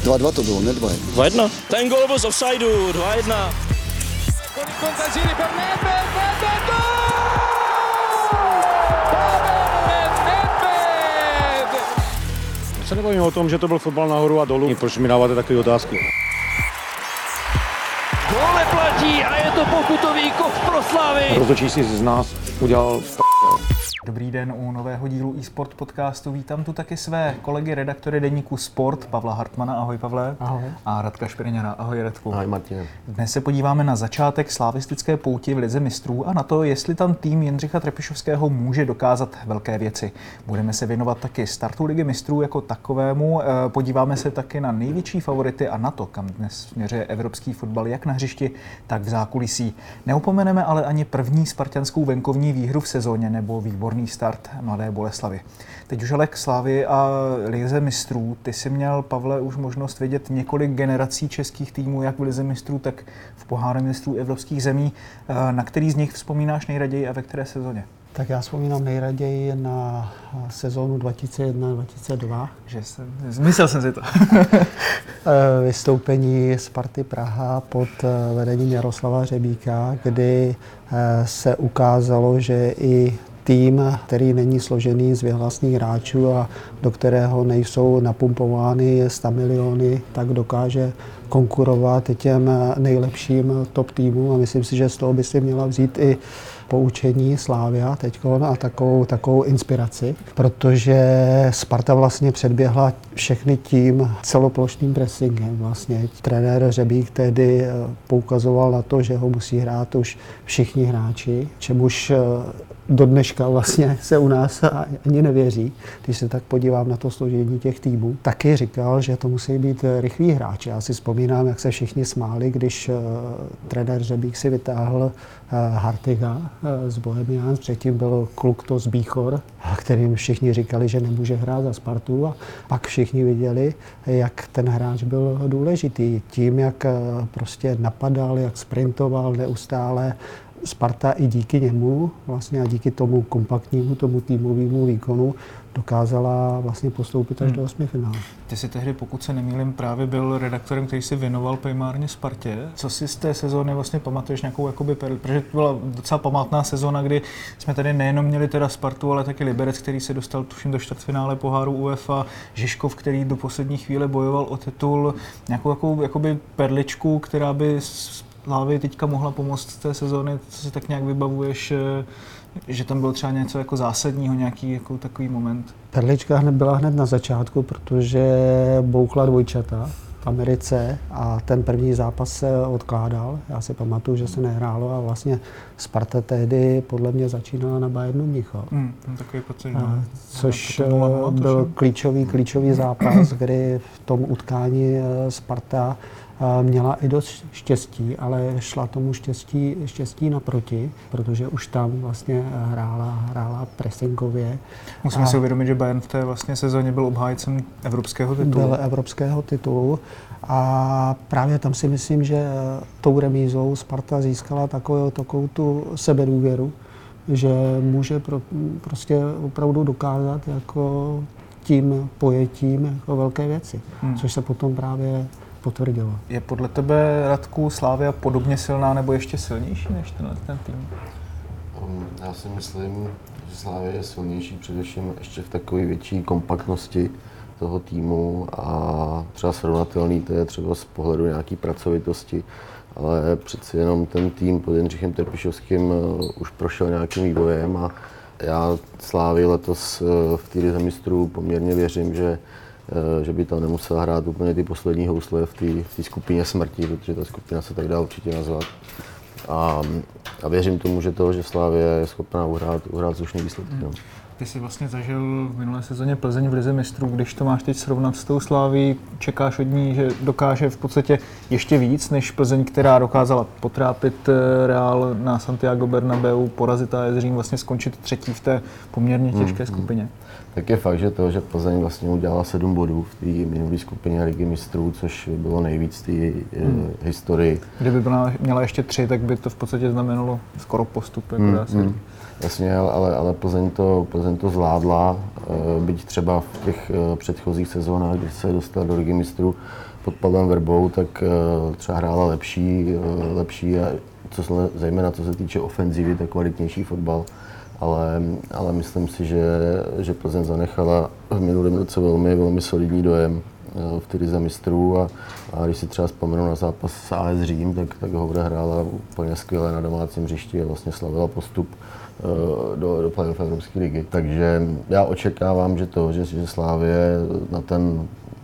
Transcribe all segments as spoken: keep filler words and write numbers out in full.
dva dva to bylo, ne dva jedna. dva jedna. Ten gol byl z offsideu, dva jedna. Se nebavím o tom, že to byl fotbal nahoru a dolů. Proč mi dáváte takové otázky? Gol neplatí a je to pokutový kov pro Slavii. Rozhodčí si z nás udělal p***. Dobrý den u nového dílu eSport podcastu. Vítám tu taky své kolegy redaktory deníku Sport, Pavla Hartmana. Ahoj Pavle. Ahoj. A Radka Špirňana. Ahoj Radku. Ahoj Martine. Dnes se podíváme na začátek slavistické pouti v Lize mistrů a na to, jestli tam tým Jindřicha Trpišovského může dokázat velké věci. Budeme se věnovat taky startu Ligy mistrů jako takovému. Podíváme se taky na největší favority a na to, kam dnes směřuje evropský fotbal jak na hřišti, tak v zákulisí. Neupomeneme ale ani první spartanskou venkovní výhru v sezóně nebo výborný start Mladé Boleslavi. Teď už ale k Slavii a Lize mistrů. Ty jsi měl, Pavle, už možnost vidět několik generací českých týmů, jak v Lize mistrů, tak v poháru mistrů evropských zemí. Na který z nich vzpomínáš nejraději a ve které sezóně? Tak já vzpomínám nejraději na sezónu dva tisíce jedna dva tisíce dva. Že jsem, myslel jsem si to. Vystoupení Sparty Praha pod vedením Jaroslava Řebíka, kdy se ukázalo, že i tým, který není složený z věhlasných hráčů a do kterého nejsou napumpovány sto miliony, tak dokáže konkurovat těm nejlepším top týmům a myslím si, že z toho by si měla vzít i poučení Slavia teďkon a takovou, takovou inspiraci, protože Sparta vlastně předběhla všechny tím celoplošným pressingem. Vlastně trenér Řebík tehdy poukazoval na to, že ho musí hrát už všichni hráči, čemuž do dneška vlastně se u nás ani nevěří, když se tak podívám na to složení těch týmů. Taky říkal, že to musí být rychlí hráči. Já si vzpomínám, jak se všichni smáli, když uh, trenér Řebík si vytáhl uh, Hartiga uh, z Bohemians, předtím byl kluk to z Bíchor, kterým všichni říkali, že nemůže hrát za Spartu a pak všichni viděli, jak ten hráč byl důležitý. Tím, jak uh, prostě napadal, jak sprintoval neustále, Sparta i díky němu vlastně a díky tomu kompaktnímu, tomu týmovému výkonu dokázala vlastně postoupit až hmm. do osmifinále. Ty jsi tehdy, pokud se nemýlím, právě byl redaktorem, který si věnoval primárně Spartě. Co si z té sezóny vlastně pamatuješ nějakou jakoby perl? Protože to byla docela památná sezóna, kdy jsme tady nejenom měli teda Spartu, ale taky Liberec, který se dostal tuším do čtvrtfinále poháru UEFA, Žižkov, který do poslední chvíle bojoval o titul, nějakou jakou, jakoby perličku, která by Slavii teďka mohla pomoct z té sezóny, co si tak nějak vybavuješ, že tam bylo třeba něco jako zásadního, nějaký jako takový moment? Perlička hned byla hned na začátku, protože bouchla dvojčata v Americe a ten první zápas se odkládal. Já si pamatuju, že se nehrálo a vlastně Sparta tehdy podle mě začínala na Bayernu Mnichov. Hmm, takový pocit, no. Což byl klíčový, klíčový zápas, kdy v tom utkání Sparta měla i dost štěstí, ale šla tomu štěstí, štěstí naproti, protože už tam vlastně hrála, hrála pressingově. Musíme a si uvědomit, že Bayern v té vlastně sezóně byl obhájcem evropského titulu. Byl evropského titulu a právě tam si myslím, že tou remízou Sparta získala takovou, takovou tu sebedůvěru, že může pro, prostě opravdu dokázat jako tím pojetím jako velké věci, hmm. což se potom právě potvrdilo. Je podle tebe, Radku, Slavia podobně silná nebo ještě silnější než tenhle ten tým? Um, já si myslím, že Slavia je silnější především ještě v takové větší kompaktnosti toho týmu a třeba srovnatelný to je třeba z pohledu nějaký pracovitosti, ale přeci jenom ten tým pod Jindřichem Trpišovským už prošel nějakým vývojem a já Slavii letos v té Lize mistrů poměrně věřím, že že by tam nemusel hrát úplně ty poslední housle v té skupině smrti, protože ta skupina se tak dá určitě nazvat. A, a věřím tomu, že to, že Slavia je schopná uhrát, uhrát slušný výsledky. No. Ty jsi vlastně zažil v minulé sezóně Plzeň v Lize mistrů, když to máš teď srovnat s tou Slavií, čekáš od ní, že dokáže v podstatě ještě víc než Plzeň, která dokázala potrápit Real na Santiago Bernabeu, porazit A S Řím, vlastně skončit třetí v té poměrně těžké hmm, skupině. tak je fakt, že to, že Plzeň vlastně udělala sedm bodů v té minulé skupině Ligy mistrů, což bylo nejvíc v té hmm. historii. Kdyby byla, měla ještě tři, tak by to v podstatě znamenalo skoro postup. Jako hmm, dá se. Hmm. Jasně, ale, ale Plzeň, to, Plzeň to zvládla, byť třeba v těch předchozích sezónách, když se dostala do Ligy mistrů pod Pavlem Verbou, tak třeba hrála lepší, lepší a co, zejména co se týče ofenzivy, tak kvalitnější fotbal. Ale, ale myslím si, že, že Plzeň zanechala v minulém roce velmi, velmi solidní dojem v té lize mistrů a, a když si třeba vzpomenu na zápas s á es Řím, tak, tak ho hrála úplně skvěle na domácím hřišti a vlastně slavila postup do, do playoff Evropské ligy. Takže já očekávám, že to, že, že Slavie na ten,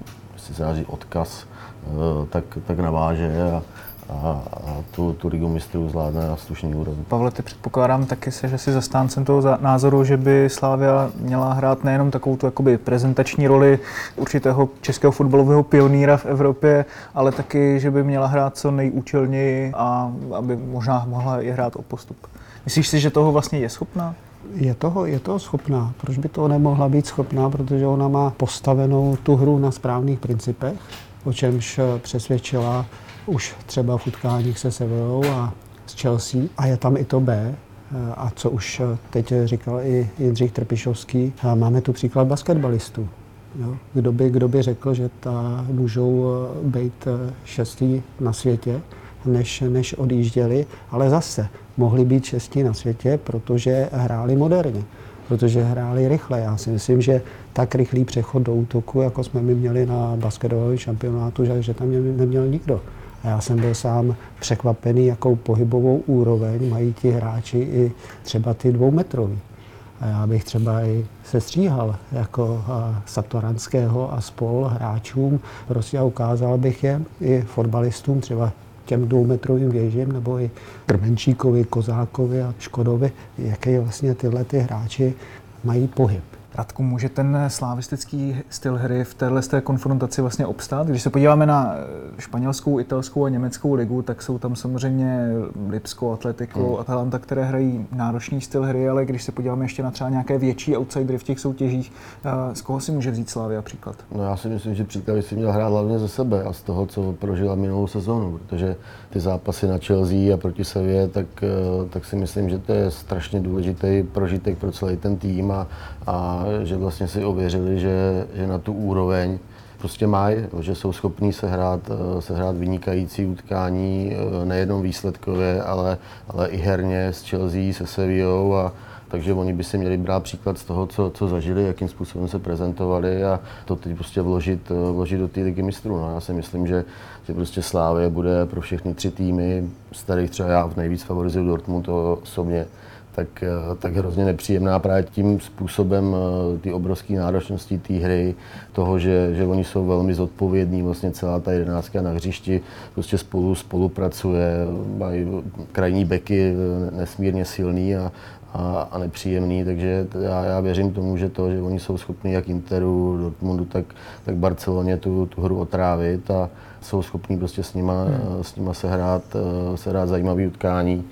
si se říct, odkaz, tak, tak naváže a, a, a tu, tu ligu mistrů zvládne na slušný úroveň. Pavle, ty předpokládám taky se, že jsi zastáncem toho názoru, že by Slavia měla hrát nejenom takovou tu jakoby prezentační roli určitého českého fotbalového pionýra v Evropě, ale taky, že by měla hrát co nejúčelněji a aby možná mohla i hrát o postup. Myslíš si, že toho vlastně je schopná? Je toho, je toho schopná. Proč by toho nemohla být schopná? Protože ona má postavenou tu hru na správných principech, o čemž přesvědčila už třeba v utkáních se Sevillou a s Chelsea. A je tam i to B. A co už teď říkal i Jindřich Trpišovský, máme tu příklad basketbalistů. Jo? Kdo by, kdo by řekl, že ta můžou být šestí na světě, než, než odjížděli, ale zase mohli být šestí na světě, protože hráli moderně, protože hráli rychle. Já si myslím, že tak rychlý přechod do útoku, jako jsme my měli na basketbalovém šampionátu, že, že tam neměl nikdo. A já jsem byl sám překvapený, jakou pohybovou úroveň mají ti hráči i třeba ty dvoumetroví. A já bych třeba i se stříhal jako Satoranského a spol hráčům, prostě a ukázal bych je i fotbalistům, třeba těm dvoumetrovým věžím, nebo i Krmenčíkovi, Kozákovi a Škodovi, jaké vlastně tyhle ty hráči mají pohyb. Radku, může ten slavistický styl hry v této konfrontaci vlastně obstát? Když se podíváme na španělskou, italskou a německou ligu, tak jsou tam samozřejmě Lipsko, Atletico, hmm. Atalanta, které hrají náročný styl hry, ale když se podíváme ještě na třeba nějaké větší outsidery v těch soutěžích, z koho si může vzít Slavia příklad? No já si myslím, že příklad by si měl hrát hlavně ze sebe a z toho, co prožila minulou sezónu, protože ty zápasy na Chelsea a proti Sevě, tak, tak si myslím, že to je strašně důležitý prožitek pro celý ten tým a, a že vlastně si ověřili, že, že na tu úroveň prostě mají, že jsou schopní sehrát, sehrát vynikající utkání nejenom výsledkově, ale, ale i herně s Chelsea, se Sevillou a takže oni by si měli brát příklad z toho, co, co zažili, jakým způsobem se prezentovali a to teď prostě vložit, vložit do té ligy mistrů. No, já si myslím, že, že prostě Slavie bude pro všechny tři týmy, z kterých třeba já nejvíc favorizuju Dortmund osobně, tak, tak hrozně nepříjemná právě tím způsobem ty obrovské náročnosti té hry, toho, že, že oni jsou velmi zodpovědní, vlastně celá ta jedenáctka na hřišti prostě spolu spolupracuje, mají krajní beky nesmírně silný a, a, a nepříjemný, takže já, já věřím tomu, že to, že oni jsou schopní jak Interu, Dortmundu, tak, tak Barceloně tu, tu hru otrávit a jsou schopní prostě s nima, hmm. s nima sehrát, sehrát zajímavý utkání.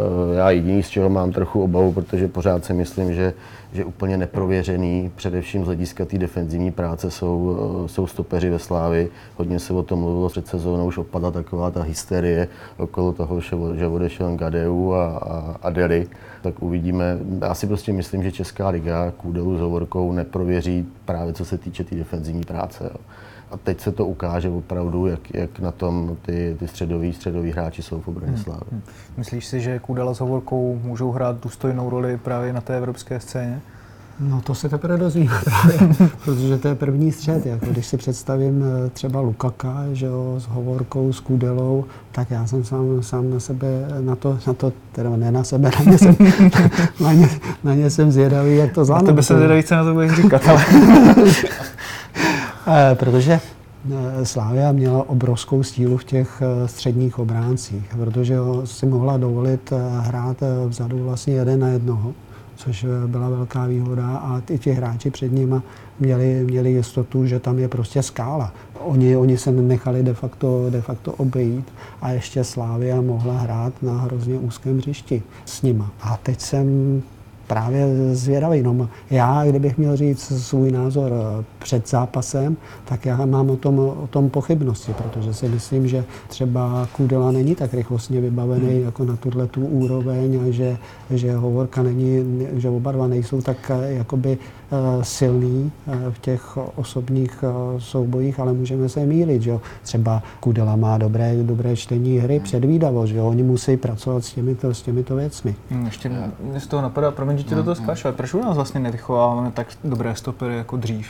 Já jediný, z čeho mám trochu obavu, protože pořád si myslím, že, že úplně neprověřený, především z hlediska té defenzivní práce, jsou, jsou stopeři ve Slávii. Hodně se o tom mluvilo před sezónou, už opadla taková ta hysterie okolo toho, že odešel Gadeu a, a, a Deli. Tak uvidíme. Já si prostě myslím, že Česká liga Kůdelu s Hovorkou neprověří právě co se týče té tý defenzivní práce. Jo. A teď se to ukáže opravdu, jak, jak na tom ty, ty středoví, středoví hráči jsou v obraně Slávy. Hmm. Myslíš si, že Kůdela s Hovorkou můžou hrát důstojnou roli právě na té evropské scéně? No to se teprve dozvíme právě, protože to je první střed. Jako když si představím třeba Lukaka, že jo, s Hovorkou, s Kůdelou, tak já jsem sám, sám na sebe, na to, na to, teda ne na sebe, na ně jsem, na ně, na ně jsem zvědavý, jak to zvládne. Na tebe jsem zvědavý, co na to budeš říkat, ale... Protože Slavia měla obrovskou sílu v těch středních obráncích, protože si mohla dovolit hrát vzadu vlastně jeden na jednoho, což byla velká výhoda a i ti hráči před nimi měli, měli jistotu, že tam je prostě skála. Oni, oni se nechali de facto, de facto obejít a ještě Slavia mohla hrát na hrozně úzkém hřišti s nima. A teď jsem právě zvědavý. No, já, kdybych měl říct svůj názor před zápasem, tak já mám o tom, o tom pochybnosti, protože si myslím, že třeba Kudela není tak rychlostně vybavený hmm. jako na tuhle tu úroveň a že, že Hovorka není, že oba dva nejsou tak jakoby silný v těch osobních soubojích, ale můžeme se mýlit, že jo. Třeba Kudela má dobré, dobré čtení hry, předvídavost, že jo. Oni musí pracovat s těmito, s těmito věcmi. Hmm, ještě mě z toho napadá, promiň, že tě do toho skáču, ale proč u nás vlastně nevychováváme tak dobré stopery jako dřív?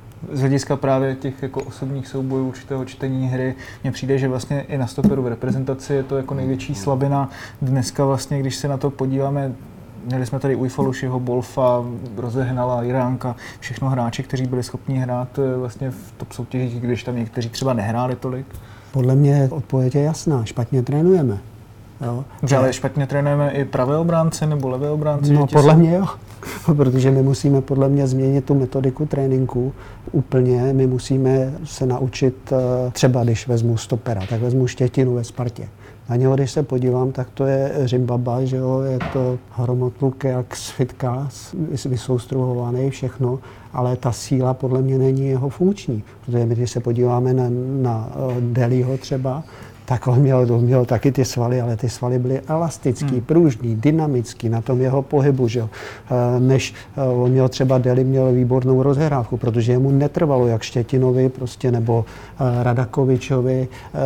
Z hlediska právě těch jako osobních soubojů, určitého čtení hry, mně přijde, že vlastně i na stoperu v reprezentaci je to jako největší slabina. Dneska vlastně, když se na to podíváme, měli jsme tady Ujfalušiho, Bolfa, Rozehnala, Jiránka, všechno hráči, kteří byli schopni hrát vlastně v top soutěžích, když tam někteří třeba nehráli tolik. Podle mě odpověď je jasná, špatně trénujeme. Jo. Že ale špatně trénujeme i pravé obránce nebo levé obránce? No podle mě jo, protože my musíme podle mě změnit tu metodiku tréninku úplně. My musíme se naučit, třeba když vezmu stopera, tak vezmu Štětinu ve Spartě. Na něho, když se podívám, tak to je Řimbaba, že jo, je to hromotluk jak svitka, vysoustruhovaný, všechno, ale ta síla podle mě není jeho funkční. Protože my, když se podíváme na, na Deliho třeba, tak on měl, on měl taky ty svaly, ale ty svaly byly elastický, hmm. pružný, dynamický na tom jeho pohybu, že jo. Než on měl třeba Deli měl výbornou rozhrávku, protože jemu netrvalo jak Štětinovi prostě nebo Radakovičovi,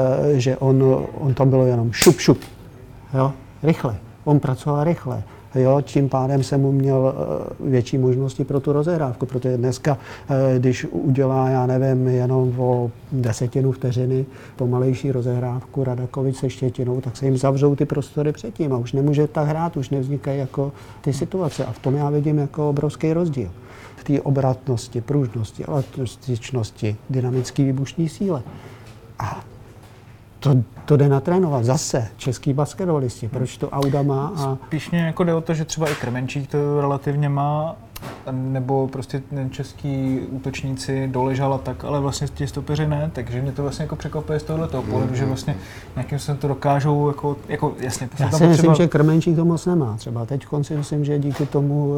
že on, on tam bylo jenom šup, šup, jo, rychle. On pracoval rychle. Jo, tím pádem jsem mu měl větší možnosti pro tu rozehrávku, protože dneska, když udělá, já nevím, jenom o desetinu vteřiny pomalejší rozehrávku Radakovič se Štětinou, tak se jim zavřou ty prostory předtím a už nemůže tak hrát, už nevznikají jako ty situace. A v tom já vidím jako obrovský rozdíl. V té obratnosti, pružnosti, elastičnosti, dynamické výbušní síle. A To, to jde natrénovat zase, český basketbalisti, proč to Auda má a... Spíš mě jako jde o to, že třeba i Krmenčík to relativně má, nebo prostě český útočníci Doležal a tak, ale vlastně ti stopeři ne, takže mě to vlastně jako překvapuje z tohoto pohledu, že vlastně nějakým se to dokážou jako, jako jasně. Já si myslím, třeba... že Krmenčík to moc nemá třeba. Teď si myslím, že díky tomu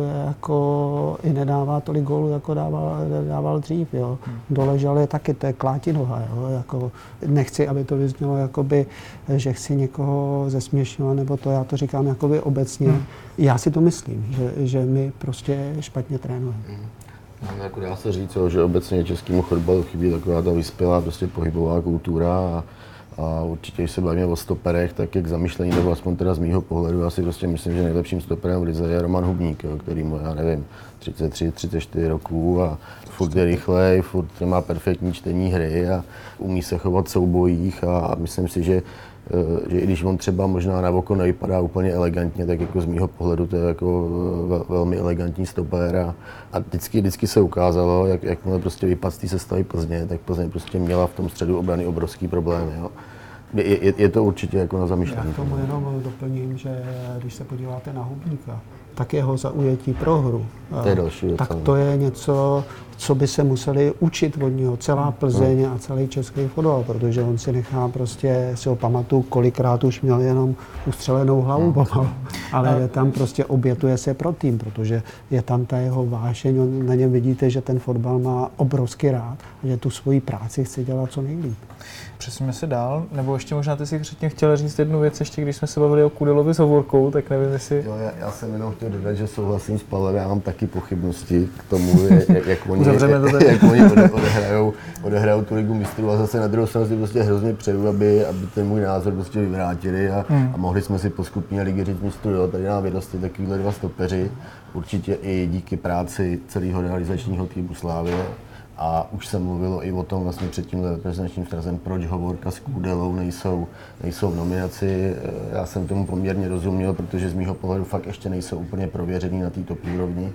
jako i nedává tolik gólů, jako dával, dával dřív, jo. Hmm. Doležal je taky, to je klátinoha, jo. Jako, nechci, aby to vyznělo, jakoby, že chci někoho zesměšňovat, nebo to, já to říkám jakoby obecně. Hmm. Já si to myslím, že, že my prostě špatně trénujeme. Hmm. Jako dá se říct, že obecně českému fotbalu chybí taková ta vyspělá prostě pohybová kultura a, a určitě, když se bavíme o stoperech, tak je k zamýšlení, nebo aspoň teda z mýho pohledu, já si prostě myslím, že nejlepším stoperem v lize je Roman Hubník, jo, který mu, já nevím, třicet tři, třicet čtyři roků a furt je rychlej, furt má perfektní čtení hry a umí se chovat v soubojích a, a myslím si, že že i když on třeba možná na oko nevypadá úplně elegantně, tak jako z mýho pohledu to je jako velmi elegantní stoper a, a vždycky, vždycky se ukázalo, jak, jakmile prostě vypadl z té sestavy Plzně, tak Plzeň prostě měla v tom středu obrany obrovský problémy. Jo. Je, je, je to určitě jako na zamýšlení. Já k tomu jenom doplním, že když se podíváte na Hubníka, tak jeho zaujetí pro hru, to je další tak to je něco, co by se museli učit od něho celá Plzeň a celý český fotbal, protože on si nechá prostě, si ho pamatuju, kolikrát už měl jenom ustřelenou hlavu pomalu, ale je tam prostě obětuje se pro tým, protože je tam ta jeho vášeň, na něm vidíte, že ten fotbal má obrovský rád a že tu svoji práci chce dělat co nejlíp. Přesuneme se dál, nebo ještě možná ty si předtím chtěl říct jednu věc, ještě když jsme se bavili o Kudelovi s Hovorkou, tak nevím, jestli... Jo, já, já jsem jenom chtěl dodat, že souhlasím s Pavlem, já mám taky pochybnosti k tomu, jak, jak oni, jak, jak oni ode, odehrajou, odehrajou tu ligu mistrů a zase na druhou stranu si prostě hrozně přeju, aby, aby ten můj názor prostě vyvrátili a, hmm. a mohli jsme si po skupině ligy říct mistrů, jo, tady nám vyrostli takovýhle dva stopeři, určitě i díky práci celého realizačního týmu Slavie. A už se mluvilo i o tom vlastně před tímhle reprezentačním srazem, proč Hovorka s Kudelou nejsou, nejsou v nominaci. Já jsem tomu poměrně rozuměl, protože z mýho pohledu fakt ještě nejsou úplně prověřený na této úrovni.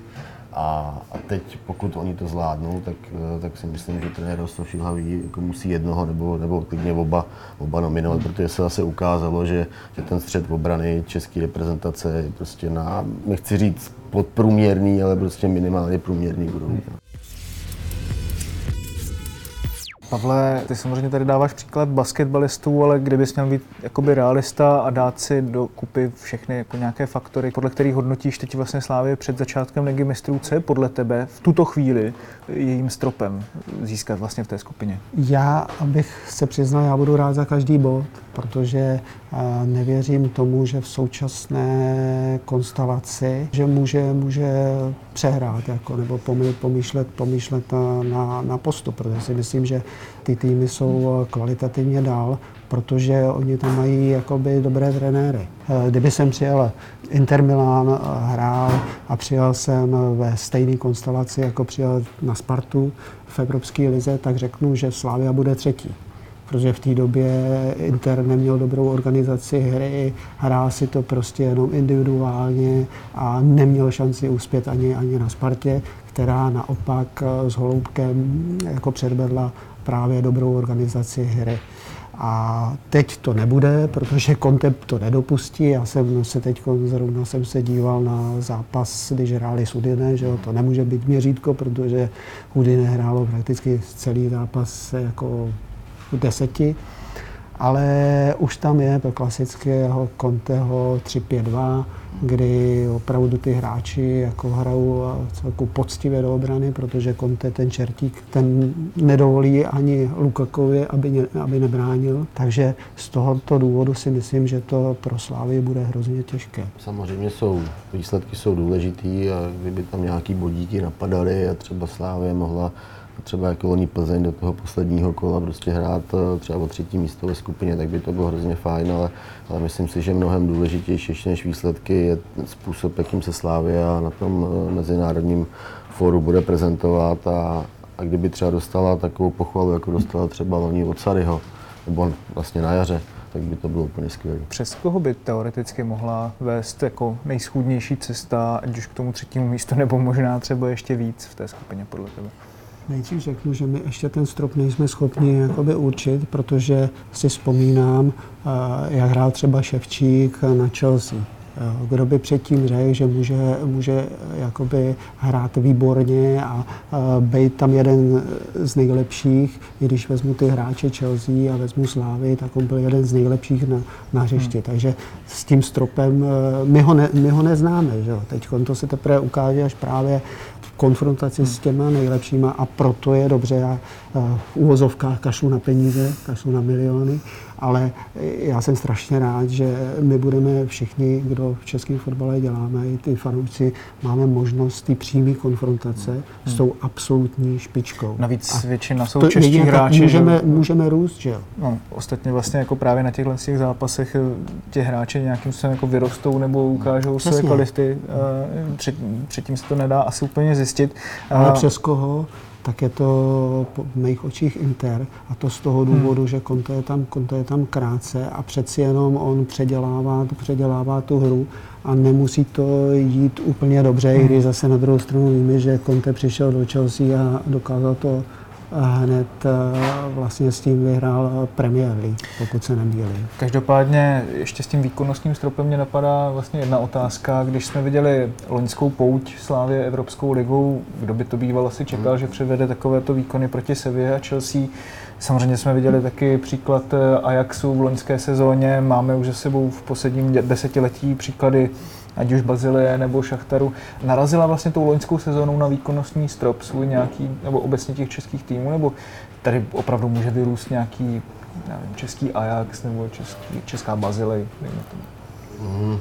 A, a teď, pokud oni to zvládnou, tak, tak si myslím, že trenér Rostoš Šilhavý jako musí jednoho nebo, nebo klidně oba, oba nominovat, protože se zase ukázalo, že, že ten střed obrany české reprezentace je prostě na, nechci říct podprůměrný, ale prostě minimálně průměrný úrovni. Pavle, ty samozřejmě tady dáváš příklad basketbalistů, ale kdybys měl být jakoby realista a dát si do kupy všechny jako nějaké faktory, podle kterých hodnotíš teď vlastně Slavii před začátkem Ligy mistrů, co je podle tebe v tuto chvíli jejím stropem získat vlastně v té skupině? Já, abych se přiznal, já budu rád za každý bod, protože nevěřím tomu, že v současné konstelaci, že může, může přehrát jako, nebo pomýšlet, pomýšlet na, na postup, protože si myslím, že ty týmy jsou kvalitativně dál, protože oni tam mají jakoby dobré trenéry. Kdyby jsem přijel Inter Milan, hrál a přijel jsem ve stejné konstelaci, jako přijel na Spartu v Evropské lize, tak řeknu, že Slavia bude třetí. Protože v té době Inter neměl dobrou organizaci hry, hrál si to prostě jenom individuálně a neměl šanci uspět ani, ani na Spartě, která naopak s Holoubkem jako předvedla právě dobrou organizaci hry. A teď to nebude, protože Conte to nedopustí. Já jsem se teď zrovna jsem se díval na zápas, když hráli s Udine, že jo, to nemůže být měřítko, protože Udine hrálo prakticky celý zápas jako deseti, ale už tam je to klasického Conteho tři pět dva, kdy opravdu ty hráči jako hrajou celku poctivě do obrany, protože Conte ten čertík, ten nedovolí ani Lukakovi, aby, ne, aby nebránil. Takže z tohoto důvodu si myslím, že to pro Slavii bude hrozně těžké. Samozřejmě jsou, výsledky jsou důležitý a kdyby tam nějaký bodíky napadaly a třeba Slavie mohla třeba jako loni Plzeň do toho posledního kola prostě hrát třeba o třetí místo ve skupině, tak by to bylo hrozně fajn, ale, ale myslím si, že mnohem důležitější ještě než výsledky je způsob, jakým se Slavia na tom mezinárodním fóru bude prezentovat a, a kdyby třeba dostala takovou pochvalu, jako dostala třeba loni od Sarriho, nebo vlastně na jaře, tak by to bylo úplně skvělé. Přes koho by teoreticky mohla vést jako nejschůdnější cesta, ať už k tomu třetímu místu, nebo možná třeba ještě víc v té skupině podle tebe? Nejdřív řeknu, že my ještě ten strop nejsme schopni jakoby určit, protože si vzpomínám, jak hrál třeba Ševčík na Chelsea. Kdo by předtím řekl, že může, může jakoby hrát výborně a být tam jeden z nejlepších, i když vezmu ty hráče Chelsea a vezmu Slavii, tak on byl jeden z nejlepších na, na hřišti. Hmm. Takže s tím stropem my ho, ne, my ho neznáme. Že? Teď to se teprve ukáže až právě v konfrontaci s těma nejlepšíma a proto je dobře, já v úvozovkách kašlu na peníze, kašlu na miliony, ale já jsem strašně rád, že my budeme všichni, kdo v českém fotbale děláme, i ty fanoušci, máme možnost ty přímé konfrontace hmm. s tou absolutní špičkou. Navíc většina jsou čeští hráči. Můžeme, můžeme růst, že jo? No, ostatně vlastně jako právě na těchto těch zápasech těch hráči nějakým způsobem jako vyrostou nebo ukážou své kvality. Předtím se to nedá asi úplně zjistit. Ale přes koho? Tak je to v mých očích Inter a to z toho důvodu, hmm. že Conte je tam, Conte je tam krátce a přeci jenom on předělává, předělává tu hru a nemusí to jít úplně dobře, hmm. i když zase na druhou stranu víme, že Conte přišel do Chelsea a dokázal to hned vlastně s tím vyhrál Premier League, pokud se nemýlím. Každopádně ještě s tím výkonnostním stropem mě napadá vlastně jedna otázka. Když jsme viděli loňskou pouť Slavie Evropskou ligou, kdo by to býval asi čekal, že předvede takovéto výkony proti Sevilla a Chelsea. Samozřejmě jsme viděli taky příklad Ajaxu v loňské sezóně. Máme už za sebou v posledním desetiletí příklady ať už Bazilie nebo Šachtaru. Narazila vlastně tou loňskou sezónou na výkonnostní strop svůj nějaký, nebo obecně těch českých týmů, nebo tady opravdu může vyrůst nějaký nevím, český Ajax nebo český, česká Bazilie? Mm.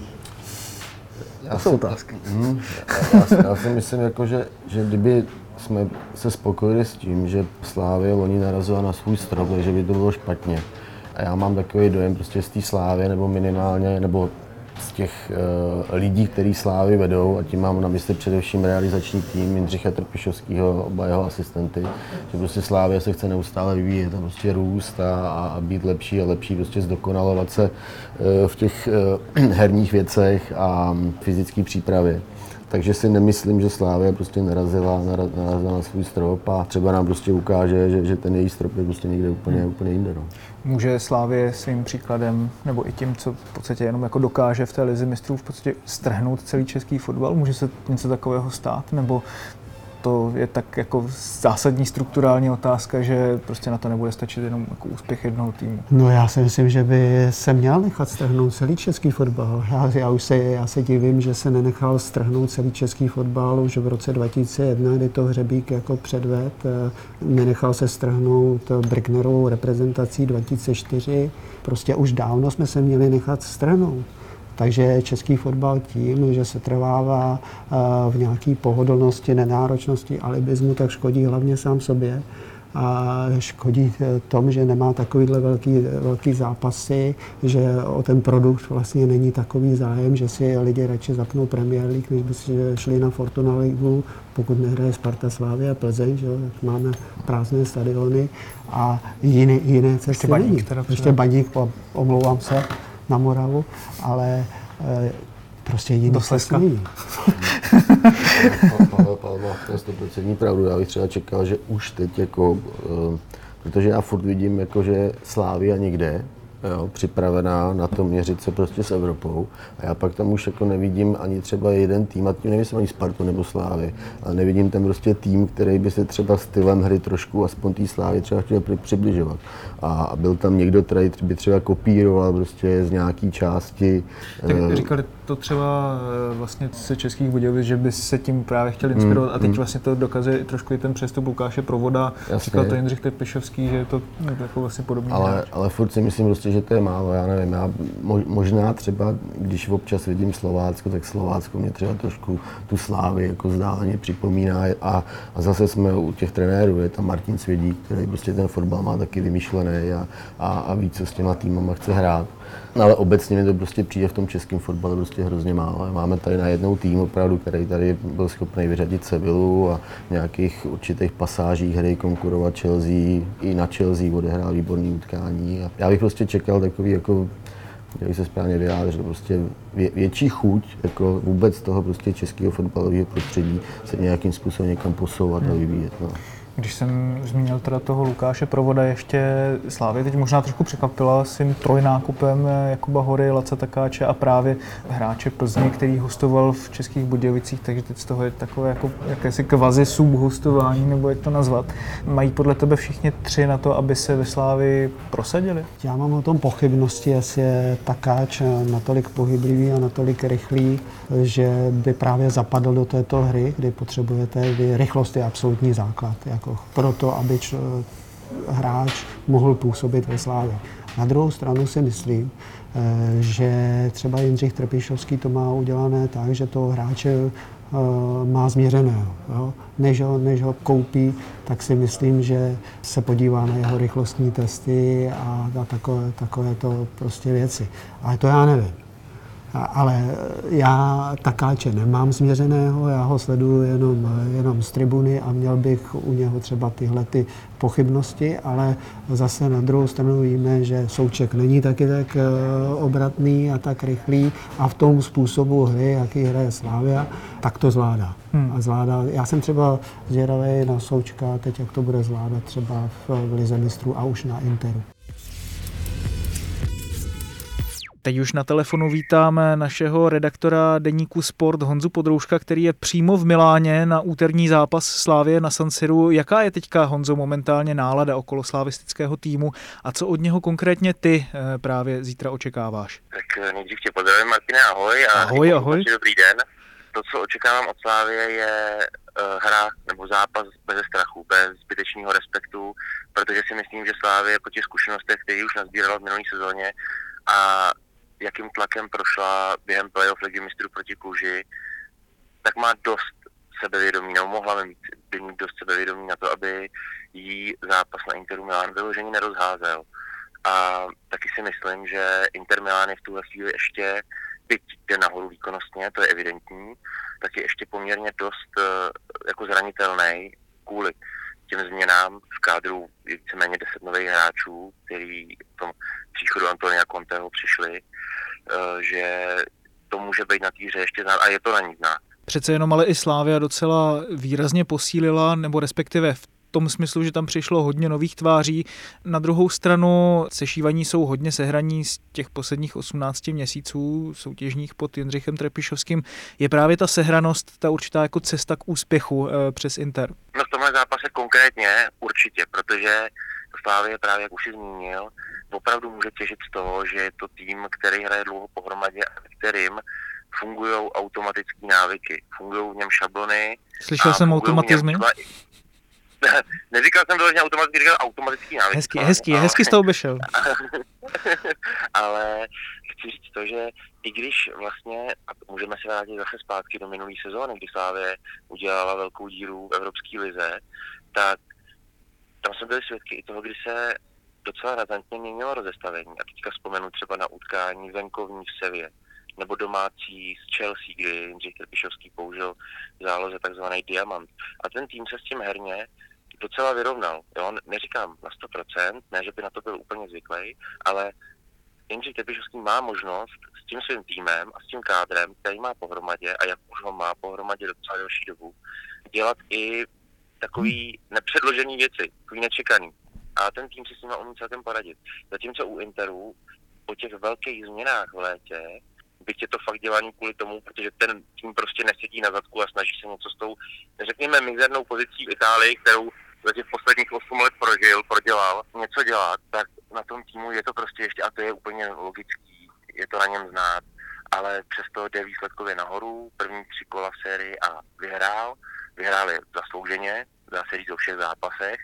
To jsou otázky. Mm, já, já, já si myslím, jako, že, že kdyby jsme se spokojili s tím, že Slavie loni narazila na svůj strop, takže by to bylo špatně. A já mám takový dojem prostě z té Slavie, nebo minimálně, nebo z těch uh, lidí, kteří Slávy vedou, a tím mám na mysli především realizační tým Jindřicha Trpišovského, oba jeho asistenty, že prostě Slávia se chce neustále vyvíjet a prostě růst a, a být lepší a lepší, prostě zdokonalovat se uh, v těch uh, herních věcech a fyzické přípravě. Takže si nemyslím, že Slavia prostě narazila, narazila na svůj strop a třeba nám prostě ukáže, že, že ten její strop je prostě někde úplně, úplně jinde. No. Může Slavie svým příkladem, nebo i tím, co v podstatě jenom jako dokáže v té lize mistrů v podstatě strhnout celý český fotbal? Může se něco takového stát? Nebo to je tak jako zásadní strukturální otázka, že prostě na to nebude stačit jenom jako úspěch jednoho týmu? No já si myslím, že by se měl nechat strhnout celý český fotbal. Já, já už se, já se divím, že se nenechal strhnout celý český fotbal už v roce dva tisíce jedna, kdy to Hřebík jako předved. Nenechal se strhnout Brücknerovou reprezentací dva tisíce čtyři. Prostě už dávno jsme se měli nechat strhnout. Takže český fotbal tím, že se trvává v nějaké pohodlnosti, nenáročnosti, alibismu, tak škodí hlavně sám sobě. A škodí tom, že nemá takovýhle velký, velký zápasy, že o ten produkt vlastně není takový zájem, že si lidi radši zapnou Premier League, než by si šli na Fortuna Ligu, pokud nehraje Sparta, Slavia, Plzeň, že jo, máme prázdné stadiony a jiné, jiné cesty ještě Baník, není. Teda Ještě Baník, omlouvám se, na Moravu, ale e, prostě jiný cesty není. Pavel Palma má sto procent pravdu. Já bych třeba čekal, že už teď jako, protože já furt vidím, jako, že Slavia někde, jo, připravená na to měřit se prostě s Evropou. A já pak tam už jako nevidím ani třeba jeden tým, a tím nemyslím ani Spartu nebo Slávy, ale nevidím tam prostě tým, který by se třeba stylem hry trošku aspoň té Slávy třeba chtěl přibližovat. A byl tam někdo, který by třeba kopíroval prostě z nějaký části. Tak říkali to třeba vlastně se Českých Budějovic, že by se tím právě chtěl inspirovat, a teď vlastně to dokazuje trošku i ten přestup Lukáše Provoda. Jasně. Říkal to Jindřich Trpišovský, že je to jako vlastně podobný. Ale, ale furt si myslím prostě, že to je málo, já nevím, já možná třeba, když občas vidím Slovácko, tak Slovácko mě třeba trošku tu Slávy jako vzdáleně připomíná a, a zase jsme u těch trenérů, je tam Martin Svědík, který prostě ten fotbal má taky vymyšlený a, a, a ví, co s těma týmama chce hrát. No, ale obecně mi to prostě přijde v tom českém fotbale prostě hrozně málo. Máme tady na jednou tým opravdu, který tady byl schopný vyřadit Sevillu a v nějakých určitých pasážích hry konkurovat Chelsea, i na Chelsea odehrál výborný utkání. A já bych prostě čekal takový jako, jak se správně vyjádřil, prostě vě, větší chuť jako vůbec toho prostě českého fotbalového prostředí se nějakým způsobem někam posouvat a vyvíjet. No. Když jsem zmínil teda toho Lukáše Provoda, ještě Slávě teď možná trošku překvapila svým trojnákupem Jakuba Hory, Laca Takáče a právě hráče Plzně, který hostoval v Českých Budějovicích, takže teď z toho je takové jako jakési kvazi subhostování, nebo jak to nazvat. Mají podle tebe všichni tři na to, aby se ve Slávii prosadili? Já mám o tom pochybnosti, jestli je Takáč natolik pohyblivý a natolik rychlý, že by právě zapadl do této hry, kdy potřebujete, kdy rychlost je absolutní základ. Jako proto, aby č- hráč mohl působit ve Slávě. Na druhou stranu si myslím, že třeba Jindřich Trpišovský to má udělané tak, že toho hráče má změřeného. Jo? Než, ho, než ho koupí, tak si myslím, že se podívá na jeho rychlostní testy a, a takové, takové to prostě věci. Ale to já nevím. Ale já Takáče nemám změřeného, já ho sleduju jenom, jenom z tribuny a měl bych u něho třeba tyhle ty pochybnosti, ale zase na druhou stranu víme, že Souček není taky tak obratný a tak rychlý a v tom způsobu hry, jaký hraje Slavia, tak to zvládá. Hmm. A zvládá. Já jsem třeba zvědavý na Součka, teď jak to bude zvládat třeba v Lize mistrů a už na Interu. Teď už na telefonu vítáme našeho redaktora deníku Sport Honzu Podrouška, který je přímo v Miláně na úterní zápas Slavie na San Siru. Jaká je teďka, Honzo, momentálně nálada okolo slavistického týmu a co od něho konkrétně ty právě zítra očekáváš? Tak nejdřív tě pozdravím, Martine, ahoj. A ahoj, ahoj. Dobrý den. To, co očekávám od Slavie, je uh, hra nebo zápas bez strachu, bez zbytečného respektu, protože si myslím, že Slavie po těch zkušenostech, které už nazbírala v minulé sezóně a jakým tlakem prošla během playoff Ligy mistrů proti Kluži, tak má dost sebevědomí, nebo mohla mít, by mít dost sebevědomí na to, aby jí zápas na Interu Milán vyloženě nerozházel. A taky si myslím, že Inter Milán je v tuhle chvíli ještě, byť jde nahoru výkonnostně, to je evidentní, tak je ještě poměrně dost jako zranitelný kvůli těm změnám v kádru víceméně deset nových hráčů, který v tom příchodu Antonia Conteho přišli, že to může být na té hře ještě znát a je to na ní znát. Přece jenom ale i Slavia docela výrazně posílila, nebo respektive v tom smyslu, že tam přišlo hodně nových tváří. Na druhou stranu sešívaní jsou hodně sehraní z těch posledních osmnácti měsíců soutěžních pod Jindřichem Trpišovským. Je právě ta sehranost, ta určitá jako cesta k úspěchu e, přes Inter? No v tomhle zápase konkrétně určitě, protože Slavie právě, jak už si zmínil, opravdu může těžit z toho, že je to tým, který hraje dlouho pohromadě a kterým fungují automatické návyky, fungují v něm šablony. Slyšel jsem automatizmy? Neříkal jsem vyloženě automaticky, říkal automatický návyk. Hezky, hezky, ale... hezky z toho obešel. Ale chci říct to, že i když vlastně, a můžeme se vrátit zase zpátky do minulé sezóny, kdy Slavie udělala velkou díru v Evropské lize, tak tam jsme byli svědky i toho, kdy se docela razantně měnilo rozestavení. A teďka vzpomenu třeba na utkání venkovní v Sevě, nebo domácí z Chelsea, kdy Jindřich Trpišovský použil v záloze takzvaný diamant. A ten tým se s tím herně docela vyrovnal. Jo? Neříkám na sto procent, ne, že by na to byl úplně zvyklý, ale Jindřich Trpišovský má možnost s tím svým týmem a s tím kádrem, který má pohromadě, a jak už ho má pohromadě docela delší dobu, dělat i takový nepředložený věci, takový nečekaný. A ten tým si s nimi umí celkem poradit. Zatímco u Interu po těch velkých změnách v létě, byť je to fakt dělaný kvůli tomu, protože ten tým prostě nesedí na zadku a snaží se něco s tou, řekněme, mizernou pozicí v Itálii, kterou v posledních osm let prožil, prodělal, něco dělat, tak na tom týmu je to prostě ještě, a to je úplně logický, je to na něm znát, ale přesto jde výsledkově nahoru, první tři kola v sérii a vyhrál, vyhrál je zaslouženě, dá se říct o všech zápasech,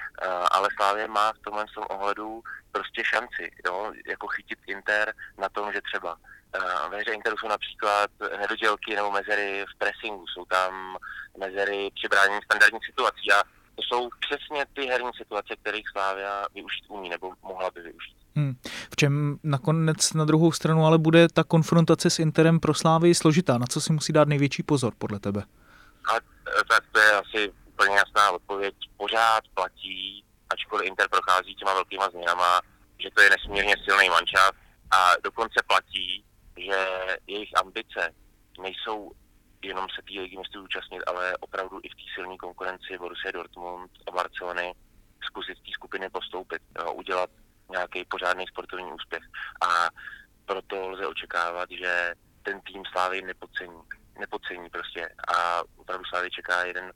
ale Slavie má v tomhle ohledu prostě šanci, jo, jako chytit Inter na tom, že třeba ve hře Interu jsou například nedodělky nebo mezery v pressingu, jsou tam mezery při bránění standardních situací a to jsou přesně ty herní situace, kterých Slavia využít umí nebo mohla by využít. Hmm. V čem nakonec na druhou stranu ale bude ta konfrontace s Interem pro Slavii složitá? Na co si musí dát největší pozor podle tebe? A tak to je asi úplně jasná odpověď. Pořád platí, ačkoliv Inter prochází těma velkýma změnama, že to je nesmírně silný manšaft a dokonce platí, že jejich ambice nejsou jenom se té ligy mistrů účastnit, ale opravdu i v té silné konkurenci Borussia Dortmund a Barcelony zkusit té skupiny postoupit, jo, udělat nějaký pořádný sportovní úspěch. A proto lze očekávat, že ten tým Slavii nepodcení. Nepodcení prostě. A opravdu Slavii čeká jeden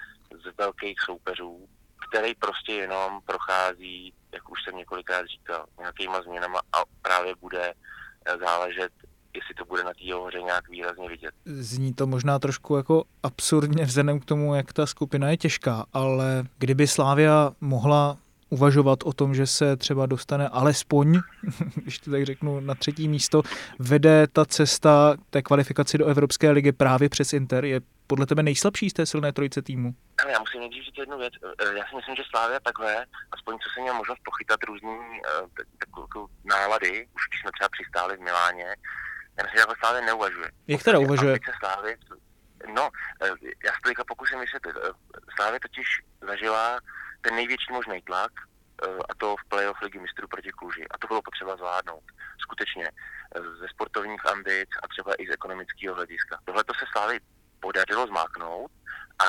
z velkých soupeřů, který prostě jenom prochází, jak už jsem několikrát říkal, nějakýma změnama a právě bude záležet, jestli to bude na té hoře nějak výrazně vidět. Zní to možná trošku jako absurdně vzhledem k tomu, jak ta skupina je těžká, ale kdyby Slavia mohla uvažovat o tom, že se třeba dostane alespoň, když to tak řeknu, na třetí místo, vede ta cesta té kvalifikaci do Evropské ligy právě přes Inter, je podle tebe nejslabší z té silné trojice týmu? Já musím nejdřív říct jednu věc. Já si myslím, že Slavia takhle, aspoň co jsem měl možnost pochytat různý takové nálady, už když jsme třeba přistáli v Miláně, já myslím, že jako Slavia neuvažuje. Jak teda uvažuje? Slávy, no, já si to teďka pokusím vysvětlit. Slavia totiž zažila ten největší možný tlak, a to v playoff ligy mistrů proti Kluži. A to bylo potřeba zvládnout. Skutečně ze sportovních ambic a třeba i z ekonomického hlediska. Tohle to se Slavii podařilo zmáknout a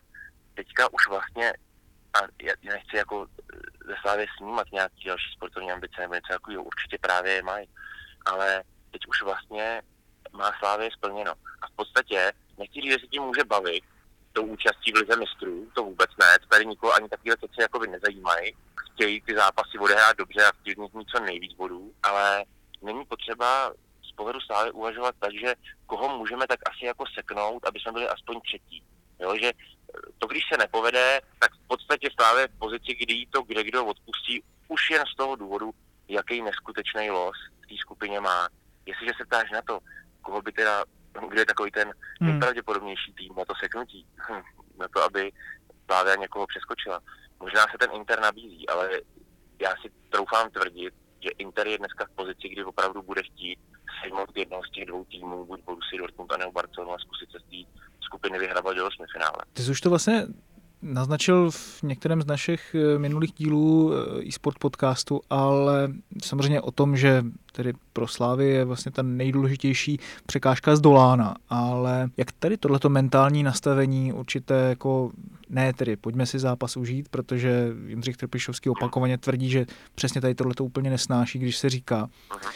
teďka už vlastně, a já nechci jako ze Slavie snímat nějaký další sportovní ambice nebo něco takového, určitě právě je mají, ale teď už vlastně má Slavie splněno. A v podstatě nechci říct, že se tím může bavit tou účastí v lize mistrů, to vůbec ne, tady nikoho ani takové věci jakoby nezajímají. Chtějí ty zápasy odehrát dobře a chtějí mít co nejvíc bodů, ale není potřeba z pohledu Slavie uvažovat tak, že koho můžeme tak asi jako seknout, aby jsme byli aspoň třetí. Jo, že to, když se nepovede, tak v podstatě Slavie v pozici, kdy to kde kdo odpustí, už jen z toho důvodu, jaký neskutečný los v té skupině má. Jestliže se ptáš na to, koho by teda, kdo je takový ten hmm. nejpravděpodobnější tým na to seknutí, na to, aby Slavia někoho přeskočila. Možná se ten Inter nabízí, ale já si troufám tvrdit, že Inter je dneska v pozici, kdy opravdu bude chtít sejmout jednoho z těch dvou týmů, buď Borussia Dortmund a nebo Barcelona, a zkusit se z té skupiny vyhrabat do osmifinále. Ty jsi už to vlastně naznačil v některém z našich minulých dílů eSport podcastu, ale samozřejmě o tom, že tedy pro Slávy je vlastně ta nejdůležitější překážka zdolána, ale jak tady tohleto mentální nastavení určité jako, ne tedy, pojďme si zápas užít, protože Jindřich Trpišovský opakovaně tvrdí, že přesně tady tohleto úplně nesnáší, když se říká.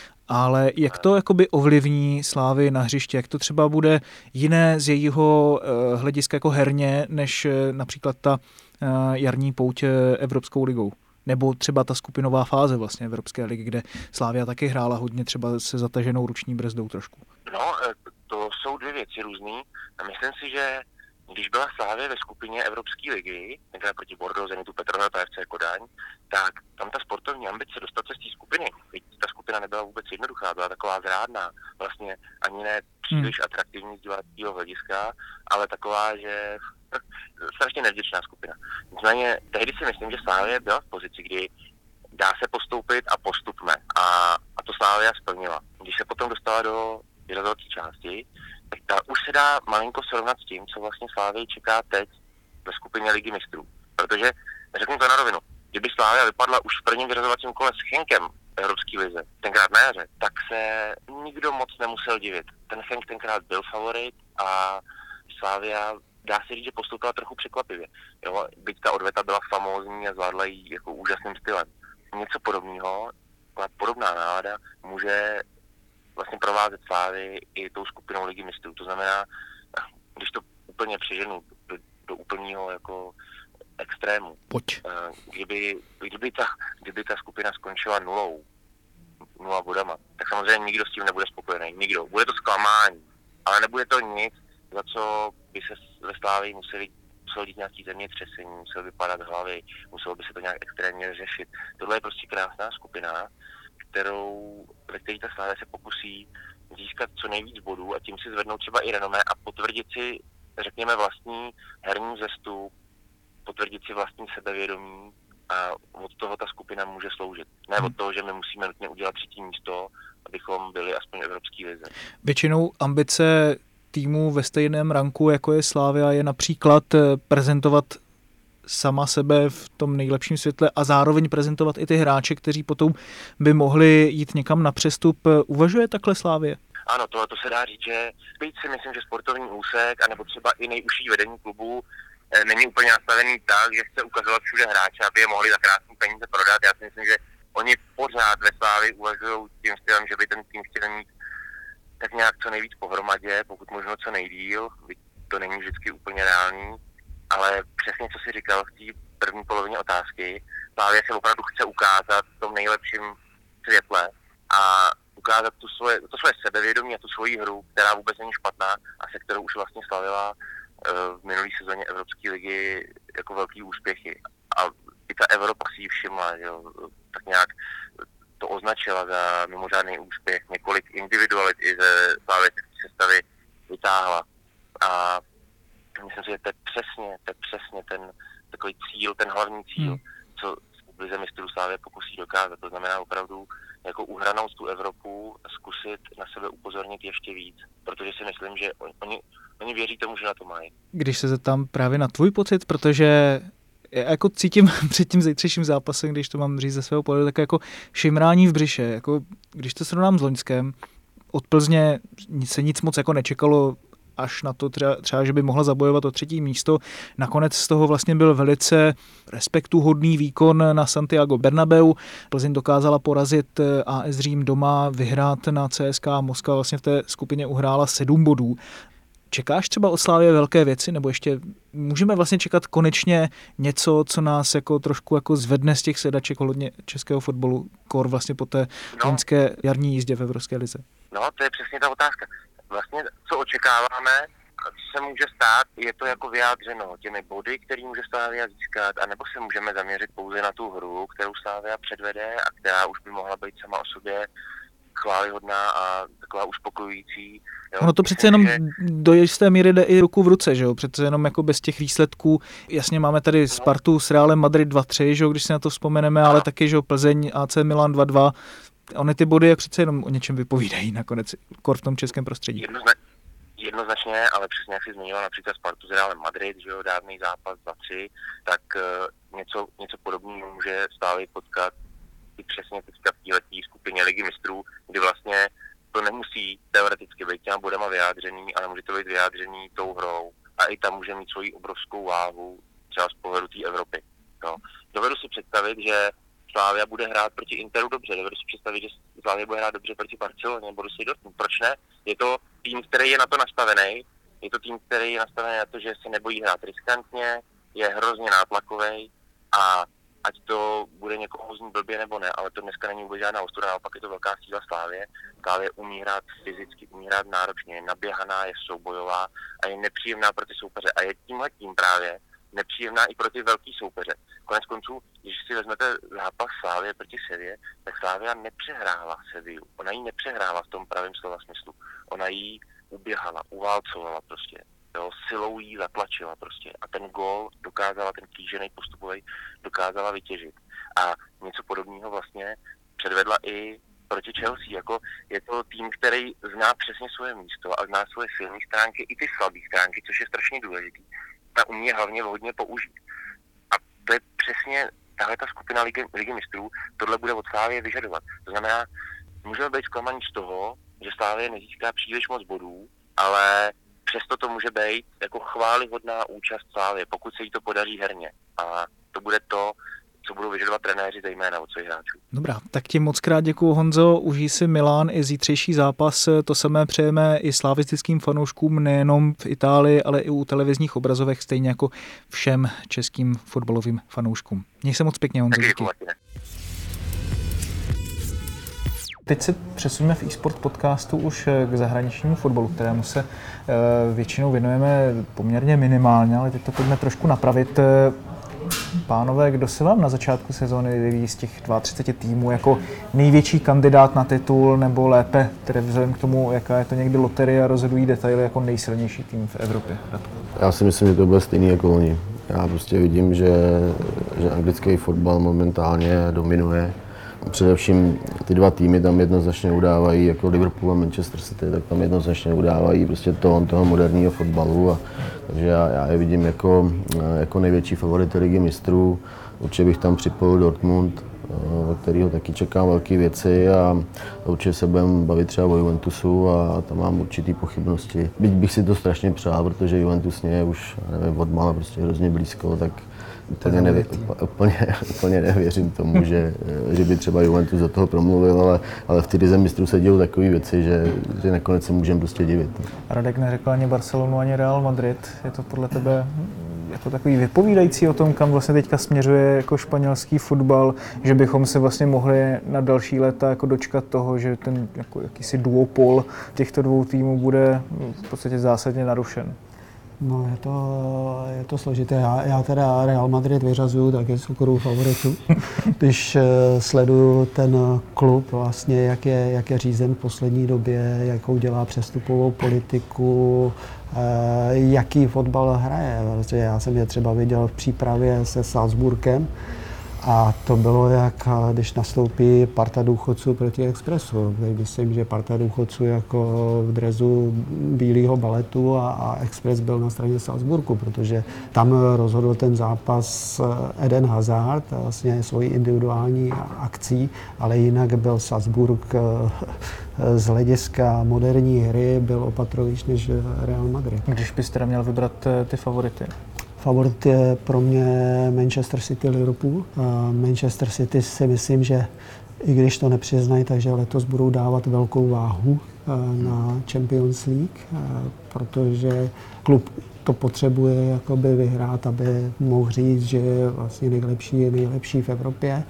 Ale jak to jakoby ovlivní Slávy na hřiště, jak to třeba bude jiné z jejího uh, hlediska jako herně, než uh, například ta uh, jarní pouť Evropskou ligou? Nebo třeba ta skupinová fáze vlastně Evropské ligy, kde Slavia taky hrála hodně třeba se zataženou ruční brzdou trošku. No, to jsou dvě věci různý. A myslím si, že když byla Slavia ve skupině Evropské ligy, tenkrát proti Bordeaux, Zenitu, Petrohrad a F C Kodaň, tak tam ta sportovní ambice dostat se z té skupiny. Ta skupina nebyla vůbec jednoduchá, byla taková zrádná, vlastně ani ne příliš hmm. atraktivní z diváckého hlediska, ale taková, že strašně nevděčná skupina. Nicméně tehdy si myslím, že Slavia byla v pozici, kdy dá se postoupit a postupme. A, a to Slavia splnila. Když se potom dostala do vyřazovací části, tak ta už se dá malinko srovnat s tím, co vlastně Slavii čeká teď ve skupině Ligy mistrů. Protože, řeknu to na rovinu, kdyby Slavia vypadla už v prvním vyřazovacím kole s Chenkem v Evropské lize, tenkrát na jaře, tak se nikdo moc nemusel divit. Ten Chenk tenkrát byl favorit a Slavia, dá se říct, že postoupila trochu překvapivě. Jo? Byť ta odveta byla famózní a zvládla ji jako úžasným stylem. Něco podobného, podobná nálada může vlastně provázet Slávy i tou skupinou Ligy mistrů. To znamená, když to úplně přeženu do, do úplného jako extrému. Pojď. Kdyby, kdyby, ta, kdyby ta skupina skončila nulou, nula bodama, tak samozřejmě nikdo s tím nebude spokojený. Nikdo. Bude to zklamání, ale nebude to nic, za co by se ve Slávii museli muselo dít nějaký zemětřesení, muselo vypadat hlavy, muselo by se to nějak extrémně řešit. Tohle je prostě krásná skupina, kterou, ve které ta Slávia se pokusí získat co nejvíc bodů a tím si zvednout třeba i renomé a potvrdit si, řekněme, vlastní herní vzestup, potvrdit si vlastní sebevědomí a od toho ta skupina může sloužit. Ne od toho, že my musíme nutně udělat třetí místo, abychom byli aspoň v Evropské lize. Většinou ambice týmu ve stejném ranku, jako je Slavia, je například prezentovat sama sebe v tom nejlepším světle a zároveň prezentovat i ty hráče, kteří potom by mohli jít někam na přestup. Uvažuje takhle Slavie? Ano, to, to se dá říct, že byť si myslím, že sportovní úsek, anebo třeba i nejužší vedení klubu e, není úplně nastavený tak, že chce ukazovat všude hráče, aby je mohli za krásné peníze prodat. Já si myslím, že oni pořád ve Slavii uvažují tím stylem, že by ten tým chtěl mít tak nějak co nejvíc pohromadě, pokud možno co nejdýl, byť to není vždycky úplně reálný, ale přesně co si říkal v té první polovině otázky, Slavia se opravdu chce ukázat v tom nejlepším světle a ukázat tu svoje, to svoje sebevědomí a tu svoji hru, která vůbec není špatná a se kterou už vlastně slavila v minulé sezóně Evropské ligy jako velký úspěchy. A i ta Evropa si ji všimla, jo, tak nějak to označila za mimořádný úspěch. Několik individualit i ze slavistické sestavy vytáhla. A myslím si, že to je přesně, to je přesně ten takový cíl, ten hlavní cíl, hmm. co v lize mistrů Slavie pokusí dokázat. To znamená opravdu jako uhranout tu Evropu, zkusit na sebe upozornit ještě víc, protože si myslím, že oni, oni věří tomu, že na to mají. Když se zeptám právě na tvůj pocit, protože já jako cítím před tím zítřejším zápasem, když to mám říct ze svého pohledu, tak jako šimrání v břiše. Jako, když to srovnám s loňskem, od Plzně se nic moc jako nečekalo, až na to třeba, třeba, že by mohla zabojovat o třetí místo. Nakonec z toho vlastně byl velice respektuhodný výkon na Santiago Bernabeu. Plzeň dokázala porazit A S Řím doma, vyhrát na C S K a Moskva vlastně v té skupině uhrála sedm bodů. Čekáš třeba od Slavie velké věci, nebo ještě můžeme vlastně čekat konečně něco, co nás jako trošku jako zvedne z těch sedaček hodně českého fotbalu, kor vlastně po té loňské no. jarní jízdě v Evropské lize? No, to je přesně ta otázka. Vlastně, co očekáváme, co se může stát, je to jako vyjádřeno těmi body, který může Slavia získat, anebo se můžeme zaměřit pouze na tu hru, kterou Slavia předvede a která už by mohla být sama o sobě chválihodná a taková uspokojující. Jo. Ono to přece jenom že... do jisté míry jde i ruku v ruce, že jo? Přece jenom jako bez těch výsledků. Jasně máme tady Spartu s Realem Madrid dva tři, že jo, když si na to vzpomeneme, no. ale taky, že jo, Plzeň, A C Milan dva dva. Ony ty body jak přece jenom o něčem vypovídají nakonec, kor v tom českém prostředí. Jednozna... jednoznačně, ale přesně jak si zmiňoval například Spartu s Realem Madrid, že jo, dávný zápas dva tři, tak uh, něco, něco podobného může Slávy potkat i přesně teďka v této skupině Ligy mistrů, kdy vlastně to nemusí teoreticky být těma bodama vyjádřený, ale může to být vyjádřený tou hrou. A i tam může mít svoji obrovskou váhu třeba z pohledu té Evropy. No. Dovedu si představit, že Slavia bude hrát proti Interu dobře, dovedu si představit, že Slavia bude hrát dobře proti Barceloně, Borussii Dortmund. Proč ne? Je to tým, který je na to nastavený, je to tým, který je nastavený na to, že se nebojí hrát riskantně, je hrozně nátlakový a ať to bude někoho znít blbě nebo ne, ale to dneska není vůbec žádná ostuda, naopak je to velká síla Slávie. Slávie umí hrát fyzicky, umí hrát náročně, je naběhaná, je soubojová a je nepříjemná pro ty soupeře. A je tímhle tím právě nepříjemná i pro ty velký soupeře. Konec konců, když si vezmete zápas Slávie proti Sevě, tak Slávia nepřehrála Seviu. Ona ji nepřehrála v tom pravém slova smyslu. Ona ji uběhala, uválcovala prostě. Jo, silou jí zatlačila prostě a ten gól dokázala, ten kýžený postupový dokázala vytěžit. A něco podobného vlastně předvedla i proti Chelsea. Jako je to tým, který zná přesně svoje místo a zná svoje silné stránky i ty slabé stránky, což je strašně důležitý. A umí je hlavně vhodně použít. A to je přesně tahle ta skupina Ligy, Ligy mistrů, tohle bude od Slávie vyžadovat. To znamená, můžeme být zklamaní z toho, že Slávie nezíská příliš moc bodů, ale přesto to může být jako chvályhodná účast Slávie, pokud se jí to podaří herně. A to bude to, co budou vyžadovat trenéři zejména od svých hráčů. Dobrá, tak ti moc krát děkuju, Honzo, užij si Milán i zítřejší zápas, to samé přejeme i slavistickým fanouškům nejenom v Itálii, ale i u televizních obrazovek, stejně jako všem českým fotbalovým fanouškům. Měj se moc pěkně, Honzo. Díky. Teď se přesuneme v eSport podcastu už k zahraničnímu fotbalu, kterému se většinou věnujeme poměrně minimálně, ale teď to pojďme trošku napravit. Pánové, kdo se vám na začátku sezóny vyvíjí z těch třicet dva týmů jako největší kandidát na titul, nebo lépe, tedy vzhledem k tomu, jaká je to někdy loterie a rozhodují detaily, jako nejsilnější tým v Evropě? Já si myslím, že to bude stejný jako oni. Já prostě vidím, že, že anglický fotbal momentálně dominuje. Především ty dva týmy tam jednoznačně udávají, jako Liverpool a Manchester City, tak tam jednoznačně udávají prostě toho, toho moderního fotbalu. A, takže já, já je vidím jako, jako největší favority Ligy mistrů. Určitě bych tam připojil Dortmund, od kterého taky čekám velké věci a určitě se budeme bavit třeba o Juventusu a tam mám určitý pochybnosti. Byť bych si to strašně přál, protože Juventus mě je už, nevím, odmala prostě hrozně blízko, tak úplně, nevě, úplně, úplně nevěřím tomu, že, že by třeba Juventus do toho promluvil, ale, ale v té lize mistrů se dějou takové věci, že, že nakonec se můžeme prostě divit. Radek neřekl ani Barcelonu, ani Real Madrid. Je to podle tebe jako takový vypovídající o tom, kam vlastně teďka směřuje jako španělský fotbal, že bychom se vlastně mohli na další léta jako dočkat toho, že ten jako jakýsi duopol těchto dvou týmů bude v podstatě zásadně narušen? No, je to, je to složité. Já, já teda Real Madrid vyřazuju taky z okruhu favoritů. Když uh, sleduju ten klub, vlastně, jak je, jak je řízen v poslední době, jakou dělá přestupovou politiku, uh, jaký fotbal hraje. Vlastně já jsem je třeba viděl v přípravě se Salzburgem, a to bylo, jak když nastoupí parta důchodců proti Expressu. Myslím, že parta důchodců jako v dresu bílého baletu a, a Express byl na straně Salzburgu, protože tam rozhodl ten zápas Eden Hazard, vlastně svojí individuální akcí, ale jinak byl Salzburg z hlediska moderní hry byl opatrovíš než Real Madrid. Když bys teda měl vybrat ty favority? Favorit je pro mě Manchester City, Liverpool. Manchester City si myslím, že i když to nepřiznají, takže letos budou dávat velkou váhu na Champions League, protože klub to potřebuje jakoby vyhrát, aby mohl říct, že je vlastně nejlepší, je nejlepší v Evropě.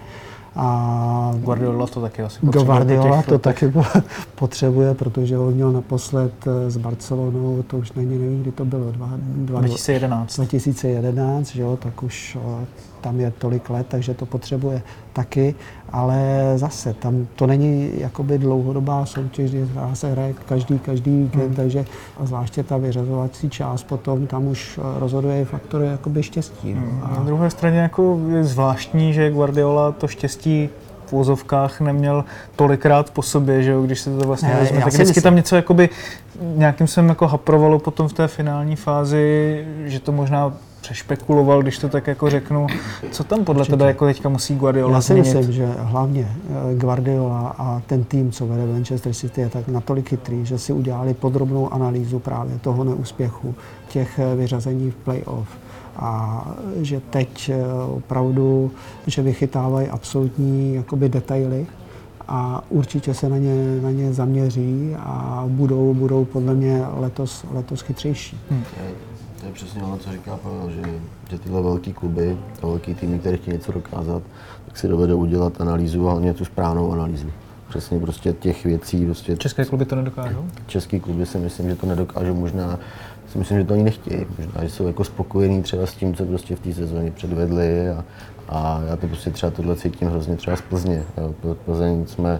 A Guardiola to taky asi potřebuje. Guardiola to taky potřebuje, protože on měl naposled s Barcelonou, to už není, nevím, kdy to bylo, dva, dva, dva tisíce jedenáct. dva tisíce jedenáct, že jo, tak už tam je tolik let, takže to potřebuje taky, ale zase tam to není jakoby dlouhodobá soutěž, kdy se hraje každý, každý víkend, hmm. takže a zvláště ta vyřazovací část potom tam už rozhoduje faktor jakoby štěstí. No. Hmm. A na druhé straně jako je zvláštní, že Guardiola to štěstí v vozovkách neměl tolikrát po sobě, že jo, když se to vlastně vezme. Tak vždycky myslím. tam něco jakoby nějakým sem jako haprovalo potom v té finální fázi, že to možná přešpekuloval, když to tak jako řeknu. Co tam podle tebe jako teďka musí Guardiola změnit? Já si myslím, že hlavně Guardiola a ten tým, co vede Manchester City, je tak natolik chytrý, že si udělali podrobnou analýzu právě toho neúspěchu, těch vyřazení v play-off. A že teď opravdu, že vychytávají absolutní jakoby detaily a určitě se na ně, na ně zaměří a budou, budou podle mě letos, letos chytřejší. Hmm. To je přesně ono, co říká Pavel, že, že tyhle velký kluby, velký týmy, které chtějí něco dokázat, tak si dovedou udělat analýzu a hlavně tu správnou analýzu. Přesně prostě těch věcí. Prostě České kluby to nedokážou? Český kluby si myslím, že to nedokážou, možná si myslím, že to ani nechtějí. Možná, že jsou jako spokojení třeba s tím, co prostě v té sezóně předvedli a, a já to prostě třeba tohle cítím hrozně třeba z Plzně. Plzeň jsme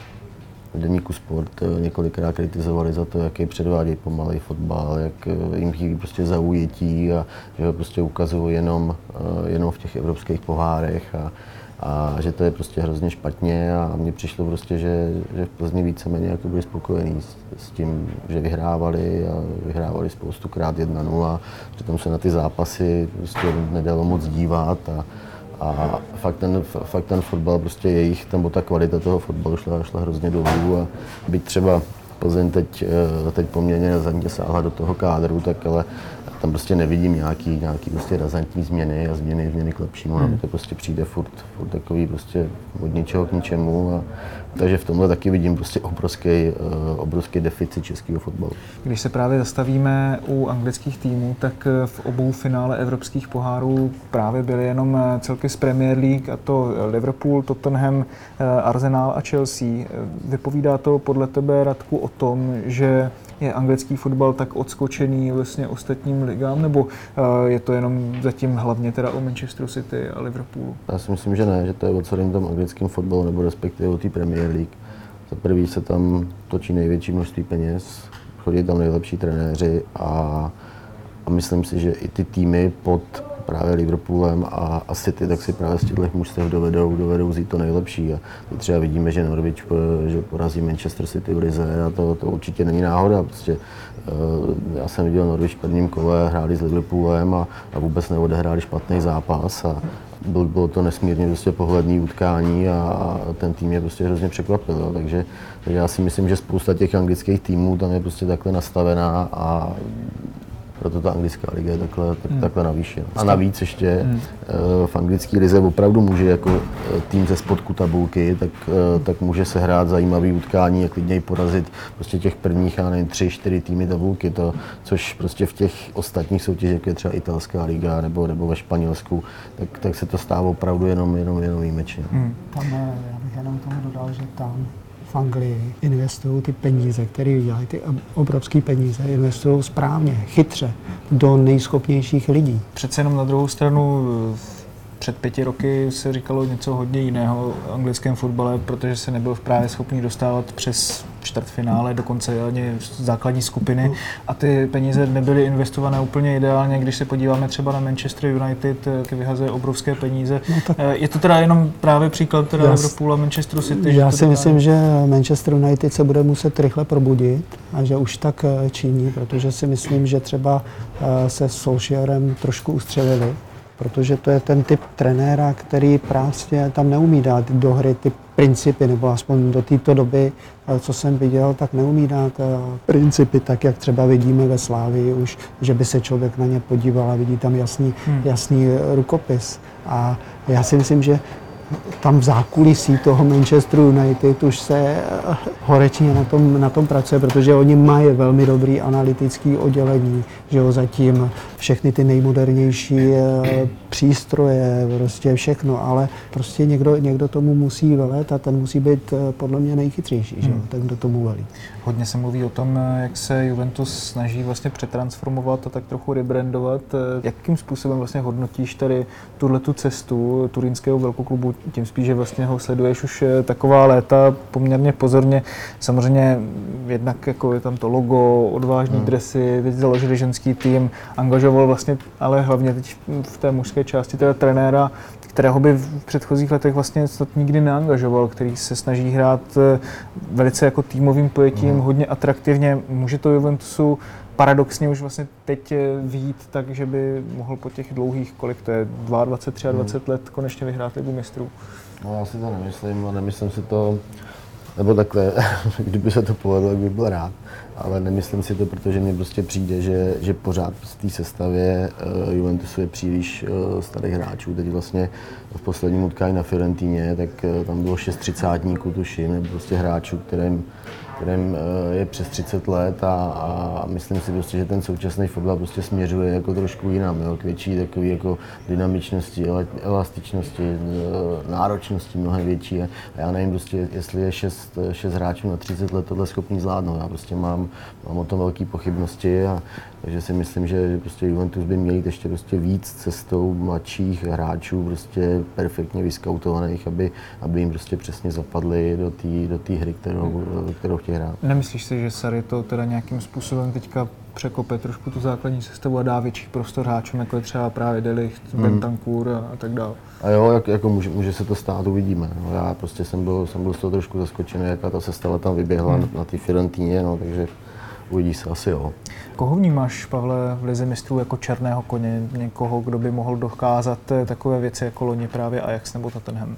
v deníku Sport několikrát kritizovali za to, jak je předvádějí pomalej fotbal, jak jim chybí prostě zaujetí a že ho prostě ukazují jenom, jenom v těch evropských pohárech a, a že to je prostě hrozně špatně a mně přišlo prostě, že, že v Plzni víceméně jako byli spokojení s, s tím, že vyhrávali a vyhrávali spoustukrát jedna nula, přitom se na ty zápasy prostě nedalo moc dívat a, A fakt ten, fakt ten fotbal, prostě jejich, nebo ta kvalita toho fotbalu šla, šla hrozně dolů a byť třeba Plzeň teď, teď poměrně razantně sáhla do toho kádru, tak ale tam prostě nevidím nějaký, nějaký prostě razantní změny a změny, změny k lepšímu, hmm. to prostě přijde furt, furt takový prostě od ničeho k ničemu. A, takže v tomhle taky vidím prostě obrovský, obrovský deficit českého fotbalu. Když se právě zastavíme u anglických týmů, tak v obou finále evropských pohárů právě byly jenom celky z Premier League, a to Liverpool, Tottenham, Arsenal a Chelsea. Vypovídá to podle tebe, Radku, o tom, že je anglický fotbal tak odskočený vlastně ostatním ligám, nebo je to jenom zatím hlavně teda o Manchesteru City a Liverpoolu? Já si myslím, že ne, že to je o celém tom anglickém fotbalu, nebo respektive o té Premier League. Za prvý se tam točí největší množství peněz, chodí tam nejlepší trenéři a, a myslím si, že i ty týmy pod právě Liverpoolem a, a City, tak si právě z těchto mužstev dovedou, dovedou vzít to nejlepší. A třeba vidíme, že Norwich že porazí Manchester City v lize a to, to určitě není náhoda. Prostě, uh, já jsem viděl Norwich v prvním kole, hráli s Liverpoolem a, a vůbec neodehráli špatný zápas. A byl, bylo to nesmírně prostě pohledný utkání a, a ten tým je prostě hrozně překvapil. Takže, takže já si myslím, že spousta těch anglických týmů tam je prostě takhle nastavená a proto ta anglická liga je takhle, tak, hmm. takhle navýšená. A navíc ještě hmm. v anglické lize opravdu může jako tým ze spodku tabulky, tak, tak může se hrát zajímavý utkání a klidně porazit prostě těch prvních, já nevím, tři, čtyři týmy tabulky, to, což prostě v těch ostatních soutěžích, jako je třeba italská liga nebo, nebo ve Španělsku, tak, tak se to stává opravdu jenom, jenom, jenom výjimečně. Hmm. Tam, já bych jenom tomu dodal, že tam v Anglii investují ty peníze, které vydělají, ty obrovské peníze, investují správně, chytře do nejschopnějších lidí. Přece jenom na druhou stranu před pěti roky se říkalo něco hodně jiného o anglickém fotbale, protože se nebyl právě schopný dostávat přes čtvrtfinále, dokonce ani základní skupiny a ty peníze nebyly investované úplně ideálně. Když se podíváme třeba na Manchester United, ty vyhazuje obrovské peníze. No tak je to teda jenom právě příklad teda Liverpoolu a Manchesteru City? Já si myslím, že Manchester United se bude muset rychle probudit a že už tak činí, protože si myslím, že třeba se Solskjaerem trošku ustřelili, protože to je ten typ trenéra, který prostě tam neumí dát do hry ty principy, nebo aspoň do této doby, co jsem viděl, tak neumí dát principy tak, jak třeba vidíme ve Slávii už, že by se člověk na ně podíval a vidí tam jasný, hmm. jasný rukopis. A já si myslím, že tam v zákulisí toho Manchesteru United už se horečně na tom, na tom pracuje, protože oni mají velmi dobrý analytický oddělení, že jo, zatím všechny ty nejmodernější přístroje, prostě všechno, ale prostě někdo, někdo tomu musí velet a ten musí být podle mě nejchytřejší, že jo, ten, kdo tomu velí. Hodně se mluví o tom, jak se Juventus snaží vlastně přetransformovat a tak trochu rebrandovat. Jakým způsobem vlastně hodnotíš tady tuhletu cestu turínského velkoklubu? tím spíš, že vlastně ho sleduješ už taková léta poměrně pozorně. Samozřejmě jednak jako je tam to logo, odvážný hmm. dresy, teď založili ženský tým, angažoval vlastně, ale hlavně teď v té mužské části teda trenéra, kterého by v předchozích letech vlastně nikdy neangažoval, který se snaží hrát velice jako týmovým pojetím, hmm. hodně atraktivně. Může to Juventusu paradoxně už vlastně teď vyjít tak, že by mohl po těch dlouhých, kolik to je, dvacet dva, dvacet tři hmm. let konečně vyhrát Ligu mistrů? No já si to nemyslím a nemyslím si to, nebo takhle, kdyby se to povedlo, tak bych byl rád, ale nemyslím si to, protože mi prostě přijde, že, že pořád v té sestavě uh, Juventusu je příliš uh, starých hráčů. Teď vlastně v posledním utkání na Fiorentíně, tak uh, tam bylo šest třicátníků, tuším, nebo prostě hráčů, kterým kterým je přes třicet let a, a myslím si prostě, že ten současný fotbal prostě směřuje jako trošku jinam, jo, k větší takový jako dynamičnosti, elastičnosti, náročnosti mnohem větší a já nevím prostě, jestli je šest, šest hráčů na třicet let tohle schopný zvládnout. Já prostě mám, mám o tom velké pochybnosti a takže si myslím, že prostě Juventus by měl jít ještě prostě víc cestou mladších hráčů, prostě perfektně vyskautovaných, aby, aby jim prostě přesně zapadli do té do té hry, kterou, kterou chtějí hrát. Nemyslíš si, že Sarri to teda nějakým způsobem teďka překope trošku tu základní sestavu a dá větší prostor hráčům, jako je třeba právě De Ligt, hmm. Bentancur a, a tak dále? A jo, jak, jako může, může se to stát, uvidíme. No, já prostě jsem byl, jsem byl z toho trošku zaskočený, jaká ta sestava tam vyběhla hmm. na, na té Fiorentíně, no, takže uvidí se asi jo. Koho vnímáš, Pavle, v Lize mistrů jako černého koně? Někoho, kdo by mohl dokázat takové věci jako loni právě Ajax nebo Tottenham?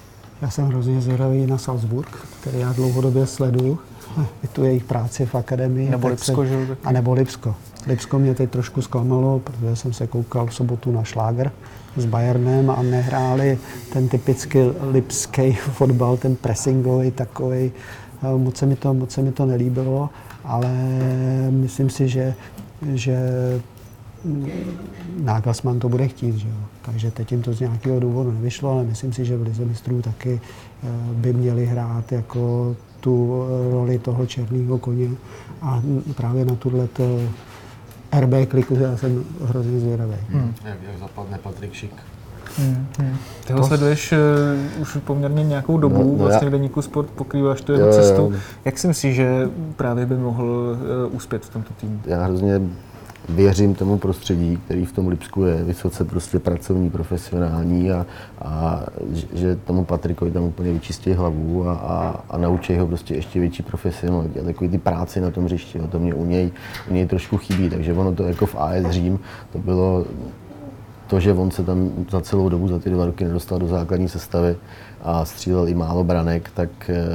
Já jsem hrozně zvědavý na Salzburg, který já dlouhodobě sleduju. Je tu jejich práci v akademii. Nebo Lipsko, se, že? A nebo Lipsko. Lipsko mě teď trošku zklamalo, protože jsem se koukal v sobotu na šláger s Bayernem a nehráli ten typický lipský fotbal, ten pressingový takový. Moc se mi to, moc se mi to nelíbilo, ale myslím si, že, že Nagelsmann to bude chtít, že jo. Takže teď jim to z nějakého důvodu nevyšlo, ale myslím si, že v Lize mistrů taky by měli hrát jako tu roli toho černého koně a právě na tuto R B kliku já jsem hrozně zvědavý. Hmm. Jak, jak zapadne Patrik Schick? Hmm, hmm. Ty ho to sleduješ uh, už poměrně nějakou dobu, no, no vlastně já... v deníku Sport pokrýváš tu jeho jo, cestu. Jo. Jak si myslíš, že právě by mohl uh, uspět v tomto týmu? Já hrozně věřím tomu prostředí, který v tom Lipsku je vysoce prostě pracovní, profesionální a, a že tomu Patrikovi tam úplně vyčistí hlavu a, a, a naučí ho prostě ještě větší profesionalitě a takový ty práci na tom hřišti. To mě u něj, u něj trošku chybí, takže ono to jako v A S Řím to bylo to, že on se tam za celou dobu, za ty dva roky nedostal do základní sestavy a střílel i málo branek, tak,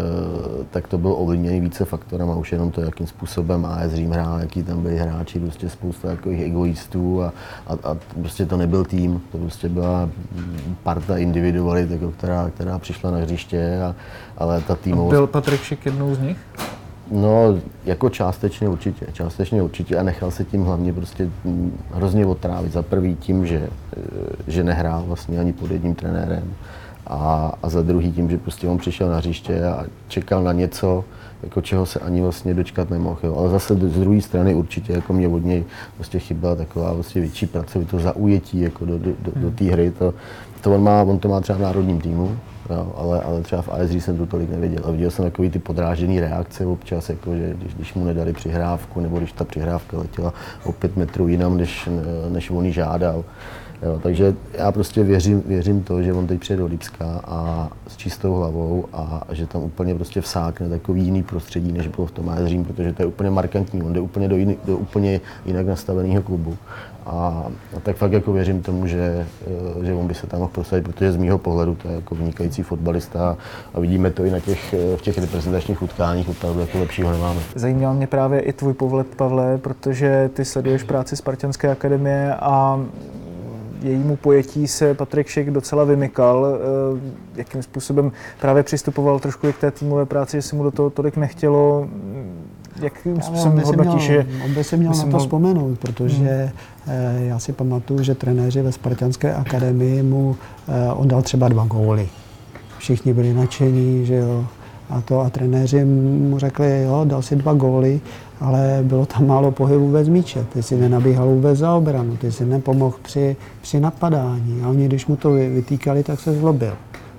tak to bylo ovlivněný více faktorama, už jenom to, jakým způsobem A S Řím hrál, jaký tam byli hráči, prostě spousta takových egoistů a, a, a prostě to nebyl tým, to prostě byla parta individualit, jako která, která přišla na hřiště, a, ale ta týmová... Byl Patrik Schick jednou z nich? No, jako částečně určitě, částečně určitě a nechal se tím hlavně prostě hrozně otrávit. Za prvý tím, že, že nehrál vlastně ani pod jedním trenérem a, a za druhý tím, že prostě on přišel na hřiště a čekal na něco, jako čeho se ani vlastně dočkat nemohl. Jo. Ale zase z druhé strany určitě jako mě od něj prostě chyběla taková vlastně větší pracovitost, zaujetí jako do, do, do, do té hry. To, to on, má, on to má třeba v národním týmu. Jo, ale, ale třeba v A S G jsem to tolik neviděl. Viděl jsem takový ty podrážděný reakce občas, jako že když, když mu nedali přihrávku, nebo když ta přihrávka letěla o pět metrů jinam, než, než on ji žádal. Jo, takže já prostě věřím, věřím to, že on teď přijde do Lipska a s čistou hlavou a že tam úplně prostě vsákne takový jiný prostředí, než bylo v tom A S Řím, protože to je úplně markantní, on jde úplně do, jiný, do úplně jinak nastaveného klubu. A, a tak fakt jako věřím tomu, že, že on by se tam mohl prosadit, protože z mýho pohledu to je jako vynikající fotbalista a vidíme to i na těch, v těch reprezentačních utkáních, opravdu jako lepšího nemáme. Zajímal mě právě i tvůj pohled, Pavle, protože ty sleduješ práci Spartanské akademie a jejímu pojetí se Patrik Schick docela vymykal. Jakým způsobem právě přistupoval trošku k té týmové práci, že si mu do toho tolik nechtělo. Jakým způsobem hodnotíš, že... On by si měl na to vzpomenout, protože hmm. já si pamatuju, že trenéři ve Spartanské akademii mu on dal třeba dva góly. Všichni byli nadšení, že jo. A to a trenéři mu řekli, jo, dal si dva góly, ale bylo tam málo pohybu bez míče. Ty si nenabíhal vůbec za obranu, ty si nepomohl při, při napadání. A oni, když mu to vytýkali, tak se zlobil.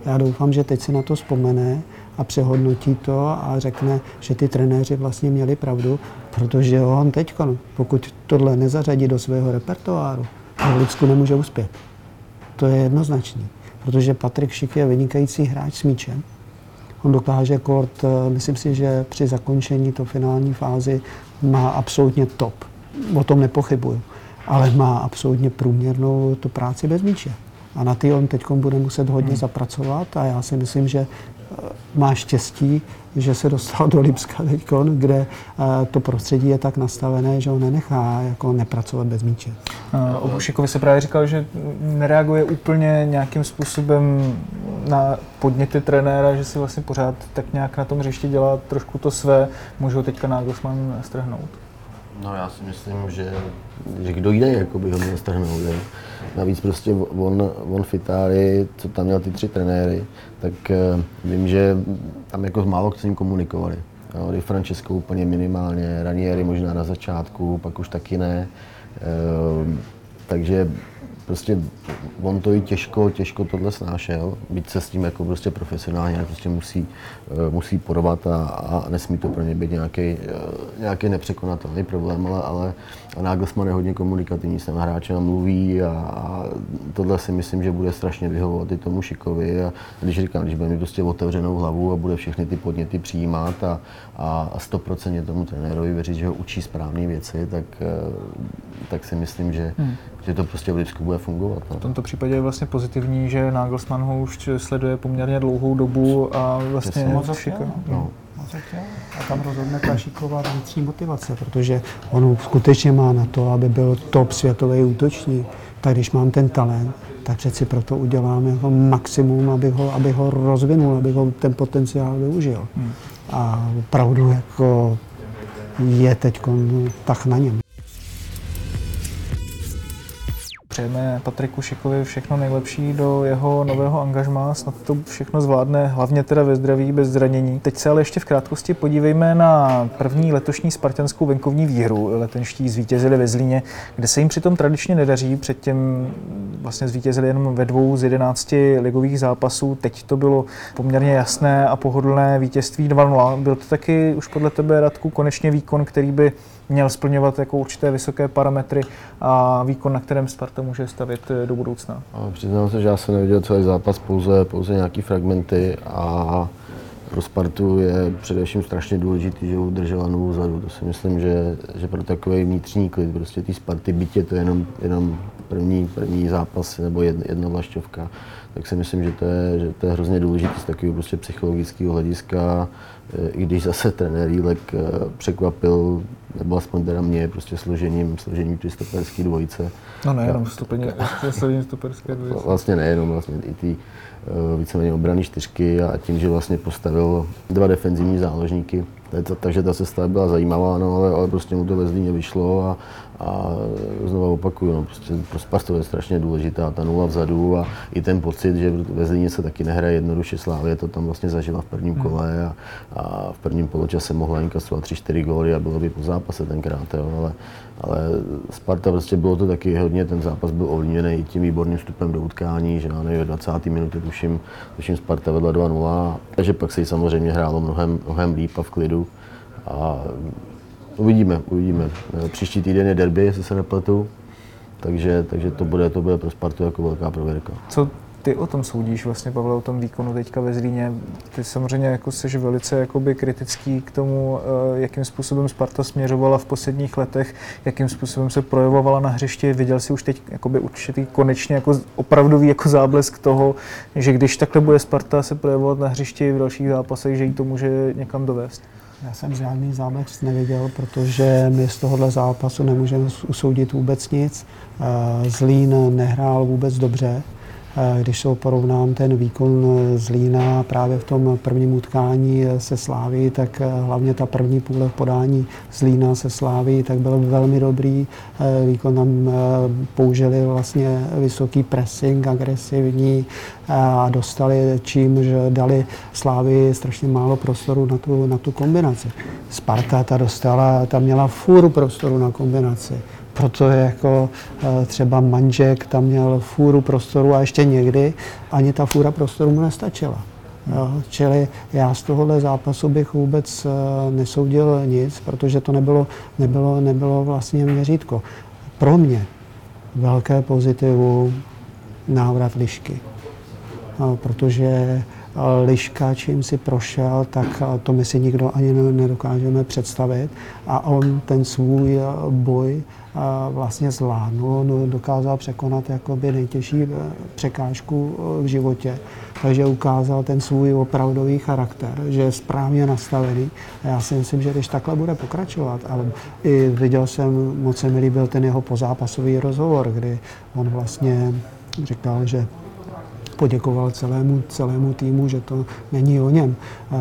Já doufám, že teď si na to vzpomene a přehodnotí to a řekne, že ty trenéři vlastně měli pravdu, protože on teď, pokud tohle nezařadí do svého repertoáru, v Lipsku nemůže uspět. To je jednoznačný, protože Patrik Šik je vynikající hráč s míčem. On dokáže kort, myslím si, že při zakončení to finální fázi má absolutně top. O tom nepochybuju. Ale má absolutně průměrnou tu práci bez míče. A na ty on teď bude muset hodně hmm. zapracovat a já si myslím, že má štěstí, že se dostal do Lipska teďkon, kde to prostředí je tak nastavené, že ho nenechá jako nepracovat bez míče. O Bušikovi se právě říkal, že nereaguje úplně nějakým způsobem na podněty trenéra, že si vlastně pořád tak nějak na tom hřišti dělá trošku to své. Může ho teďka Nagelsmann strhnout? No já si myslím, že, že kdo jiný jako by ho měl strhnout. Je. Navíc prostě on, on v Itálii, co tam měl ty tři trenéry, tak uh, vím, že tam jako málo s ním komunikovali. Jo, Di Francesco úplně minimálně, Ranieri možná na začátku, pak už taky ne. Uh, takže prostě on to i těžko, těžko tohle snášel, byť se s tím jako prostě profesionálně prostě musí, musí porovat a, a nesmí to pro ně být nějaký, nějaký nepřekonatelný problém, ale, ale Nagelsmann je hodně komunikativní, s těmi hráčem mluví a, a tohle si myslím, že bude strašně vyhovovat i tomu Šikovi a když říkám, když bude mít prostě otevřenou hlavu a bude všechny ty podněty přijímat a, a sto procent tomu trenérovi věřit, že ho učí správné věci, tak, tak si myslím, že, hmm. že to prostě v Lipsku bude fungovat. V tomto případě je vlastně pozitivní, že Nagelsmann ho už sleduje poměrně dlouhou dobu a vlastně moc chtěl. No. A tam rozhodne ta Šiková vnitřní motivace, protože on skutečně má na to, aby byl top světový útočník. Tak když mám ten talent, tak přeci proto udělám jako maximum, aby ho, aby ho rozvinul, aby ho ten potenciál využil. Hmm. A opravdu jako je teď tak na něm. Přejeme Patriku Šikovi všechno nejlepší do jeho nového angažmá, snad to všechno zvládne, hlavně teda ve zdraví, bez zranění. Teď se ale ještě v krátkosti podívejme na první letošní spartanskou venkovní výhru. Letenští zvítězili ve Zlíně, kde se jim přitom tradičně nedaří. Předtím vlastně zvítězili jenom ve dvou z jedenácti ligových zápasů. Teď to bylo poměrně jasné a pohodlné vítězství dva nula. Byl to taky už podle tebe, Radku, konečně výkon, který by měl splňovat jako určité vysoké parametry a výkon, na kterém Sparta může stavět do budoucna? Přiznám se, že já jsem neviděl celý zápas, pouze, pouze nějaký fragmenty a pro Spartu je především strašně důležitý, že udržela nulu vzadu. To si myslím, že, že pro takový vnitřní klid prostě té Sparty, byť je to jenom, jenom první, první zápas nebo jedna, jedna vlašťovka, tak si myslím, že to je, že to je hrozně důležité z takového prostě psychologického hlediska. I když zase trenér Jílek překvapil, nebo aspoň teda mě, prostě složením, složením ty stoperské dvojice. No nejenom složením stoperské dvojice. Vlastně nejenom, vlastně i ty víceméně obranné čtyřky a tím, že vlastně postavil dva defenzivní záložníky. Takže ta sestava byla zajímavá, no, ale, ale prostě mu to ve Zlíně vyšlo a, a znovu opakuju, no, prostě pro Spartu je strašně důležitá ta nula vzadu a i ten pocit, že ve Zlíně se taky nehraje jednoduše, Slavie to tam vlastně zažila v prvním kole a, a v prvním poločase mohla inkasovat tři čtyři góly a bylo by po zápase tenkrát, jo, ale, ale Sparta prostě bylo to taky hodně, ten zápas byl ovlivněný tím výborným vstupem do utkání, že na ve dvacáté minutě tuším, tuším Sparta vedla dva nula, takže pak se jí samozřejmě hrálo mnohem, mnohem líp a v klidu. A uvidíme, uvidíme. Příští týden je derby, jestli se nepletu, takže, takže to, bude, to bude pro Spartu jako velká prověrka. Co ty o tom soudíš vlastně, Pavle, o tom výkonu teďka ve Zlíně? Ty samozřejmě jako jsi velice jakoby kritický k tomu, jakým způsobem Sparta směřovala v posledních letech, jakým způsobem se projevovala na hřišti. Viděl jsi už teď jakoby určitý konečně jako opravdový jako záblesk toho, že když takhle bude Sparta se projevovat na hřišti v dalších zápasech, že jí to může někam dovést? Já jsem žádný záblesk neviděl, protože my z tohohle zápasu nemůžeme usoudit vůbec nic. Zlín nehrál vůbec dobře. Když se porovnám ten výkon Zlína právě v tom prvním utkání se Slavií, tak hlavně ta první půle v podání Zlína se Slavií, tak byl velmi dobrý výkon. Tam použili vlastně vysoký pressing, agresivní a dostali čím, že dali Slavii strašně málo prostoru na tu, na tu kombinaci. Sparta ta dostala, ta měla fůru prostoru na kombinaci. proto jako třeba Manžek tam měl fůru prostoru a ještě někdy ani ta fůra prostoru mu nestačila. Jo, čili já z tohohle zápasu bych vůbec nesoudil nic, protože to nebylo, nebylo, nebylo vlastně měřítko. Pro mě velké pozitivum návrat Lišky, no, protože Liška, čím si prošel, tak to my si nikdo ani nedokážeme představit a on ten svůj boj vlastně zvládnul, no, dokázal překonat jakoby nejtěžší překážku v životě. Takže ukázal ten svůj opravdový charakter, že je správně nastavený. A já si myslím, že když takhle bude pokračovat, a i viděl jsem, moc se mi líbil ten jeho pozápasový rozhovor, kdy on vlastně říkal, že poděkoval celému, celému týmu, že to není o něm.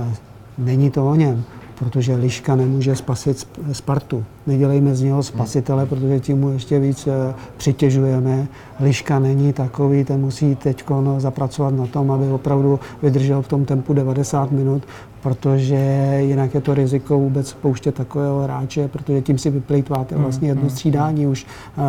Není to o něm, protože Liška nemůže spasit Spartu. Nedělejme z něho spasitele, protože tím mu ještě víc přitěžujeme. Liška není takový, ten musí teď zapracovat na tom, aby opravdu vydržel v tom tempu devadesát minut, protože jinak je to riziko vůbec pouštět takového hráče, protože tím si vyplejtváte vlastně jedno střídání už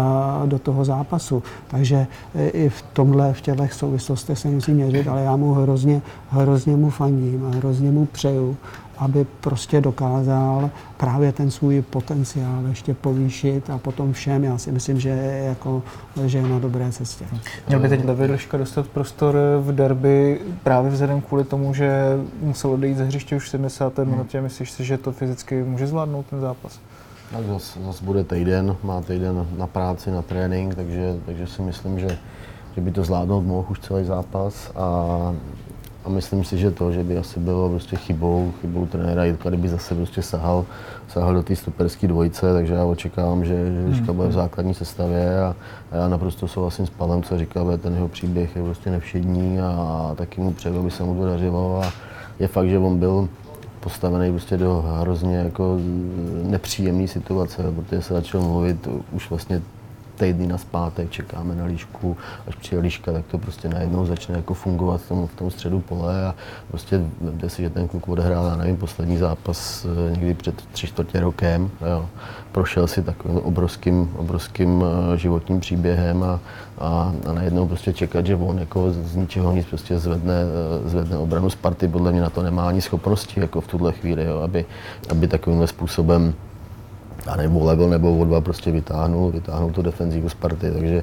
do toho zápasu. Takže i v tomhle, v těchto souvislostech se musí měřit, ale já mu hrozně, hrozně mu fandím a hrozně mu přeju, aby prostě dokázal právě ten svůj potenciál ještě povýšit a potom všem, já si myslím, že je, jako, že je na dobré cestě. Měl by teď David Liška dostat prostor v derby právě vzhledem kvůli tomu, že musel odejít ze hřiště už v sedmdesáté minutě. Myslíš si, že to fyzicky může zvládnout ten zápas? Tak zase zas bude týden, má týden na práci, na trénink, takže, takže si myslím, že, že by to zvládnout mohl už celý zápas a A myslím si, že to, že by asi bylo prostě chybou, chybou trenéra Jitka, kdyby zase prostě sahal, sahal do té stoperské dvojice, takže já očekávám, že, že Liška bude v základní sestavě a, a já naprosto souhlasím s Pavlem, co říkal, že ten jeho příběh je prostě nevšední a, a taky mu přeju, aby se mu to dařilo a je fakt, že on byl postavený prostě do hrozně jako nepříjemné situace, protože se začal mluvit už vlastně týdny nazpátek, čekáme na Lišku, až přijde Liška, tak to prostě najednou začne jako fungovat v tom, v tom středu pole a prostě vemte si, že ten kluk odehrál, já nevím, poslední zápas někdy před tři čtvrtě rokem, jo. Prošel si takovým obrovským, obrovským životním příběhem a, a, a najednou prostě čekat, že on jako z ničeho nic prostě zvedne, zvedne obranu Sparty, podle mě na to nemá ani schopnosti jako v tuhle chvíli, jo, aby, aby takovýmhle způsobem a nebo o level nebo o dva prostě vytáhnul, vytáhnul tu defenzivu Sparty, takže...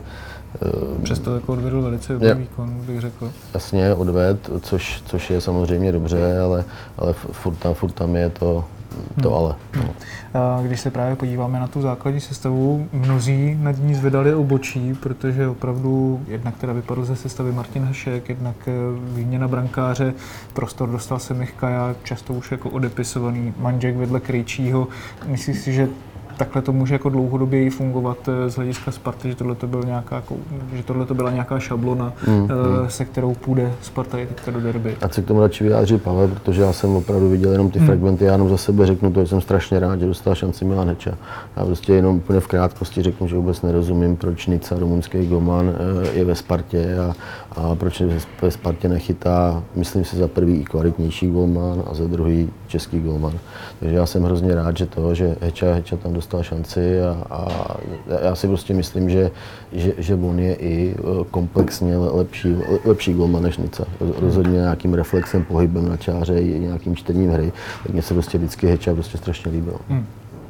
Přesto jako odvedl velice dobrý výkon, bych řekl. Jasně, odved, což, což je samozřejmě dobře, ale, ale furt, tam, furt tam je to, to hmm. ale. No. Když se právě podíváme na tu základní sestavu, mnozí nad ní zvedali obočí, protože opravdu jednak teda vypadl ze sestavy Martin Hašek, jednak výměna brankáře, prostor dostal se Michkaja, často už jako odepisovaný Manžek vedle Krejčího. Myslíš si, že takhle to může jako dlouhodobě fungovat z hlediska Sparty, že tohle to byl nějaká, že tohle to byla nějaká šablona, mm, se kterou půjde Sparta i teďka do derby. Ať se k tomu radši vyjádří Pavel, protože já jsem opravdu viděl jenom ty mm. fragmenty, já jenom za sebe řeknu to, že jsem strašně rád, že dostal šanci Milan Heča. Já prostě jenom úplně v krátkosti řeknu, že vůbec nerozumím, proč Nica, rumunský golman, je ve Spartě a, a proč ve Spartě nechytá, myslím si, za prvý i kvalitnější golman a za druhý český golman. Takže já jsem hrozně rád, že to, že Heča, Heča tam dostal šanci a, a já si prostě myslím, že, že, že on je i komplexně lepší, lepší golman než Nica. Rozhodně nějakým reflexem, pohybem na čáře i nějakým čtením hry. Tak mně se prostě vždycky Heča prostě strašně líbil. Hmm.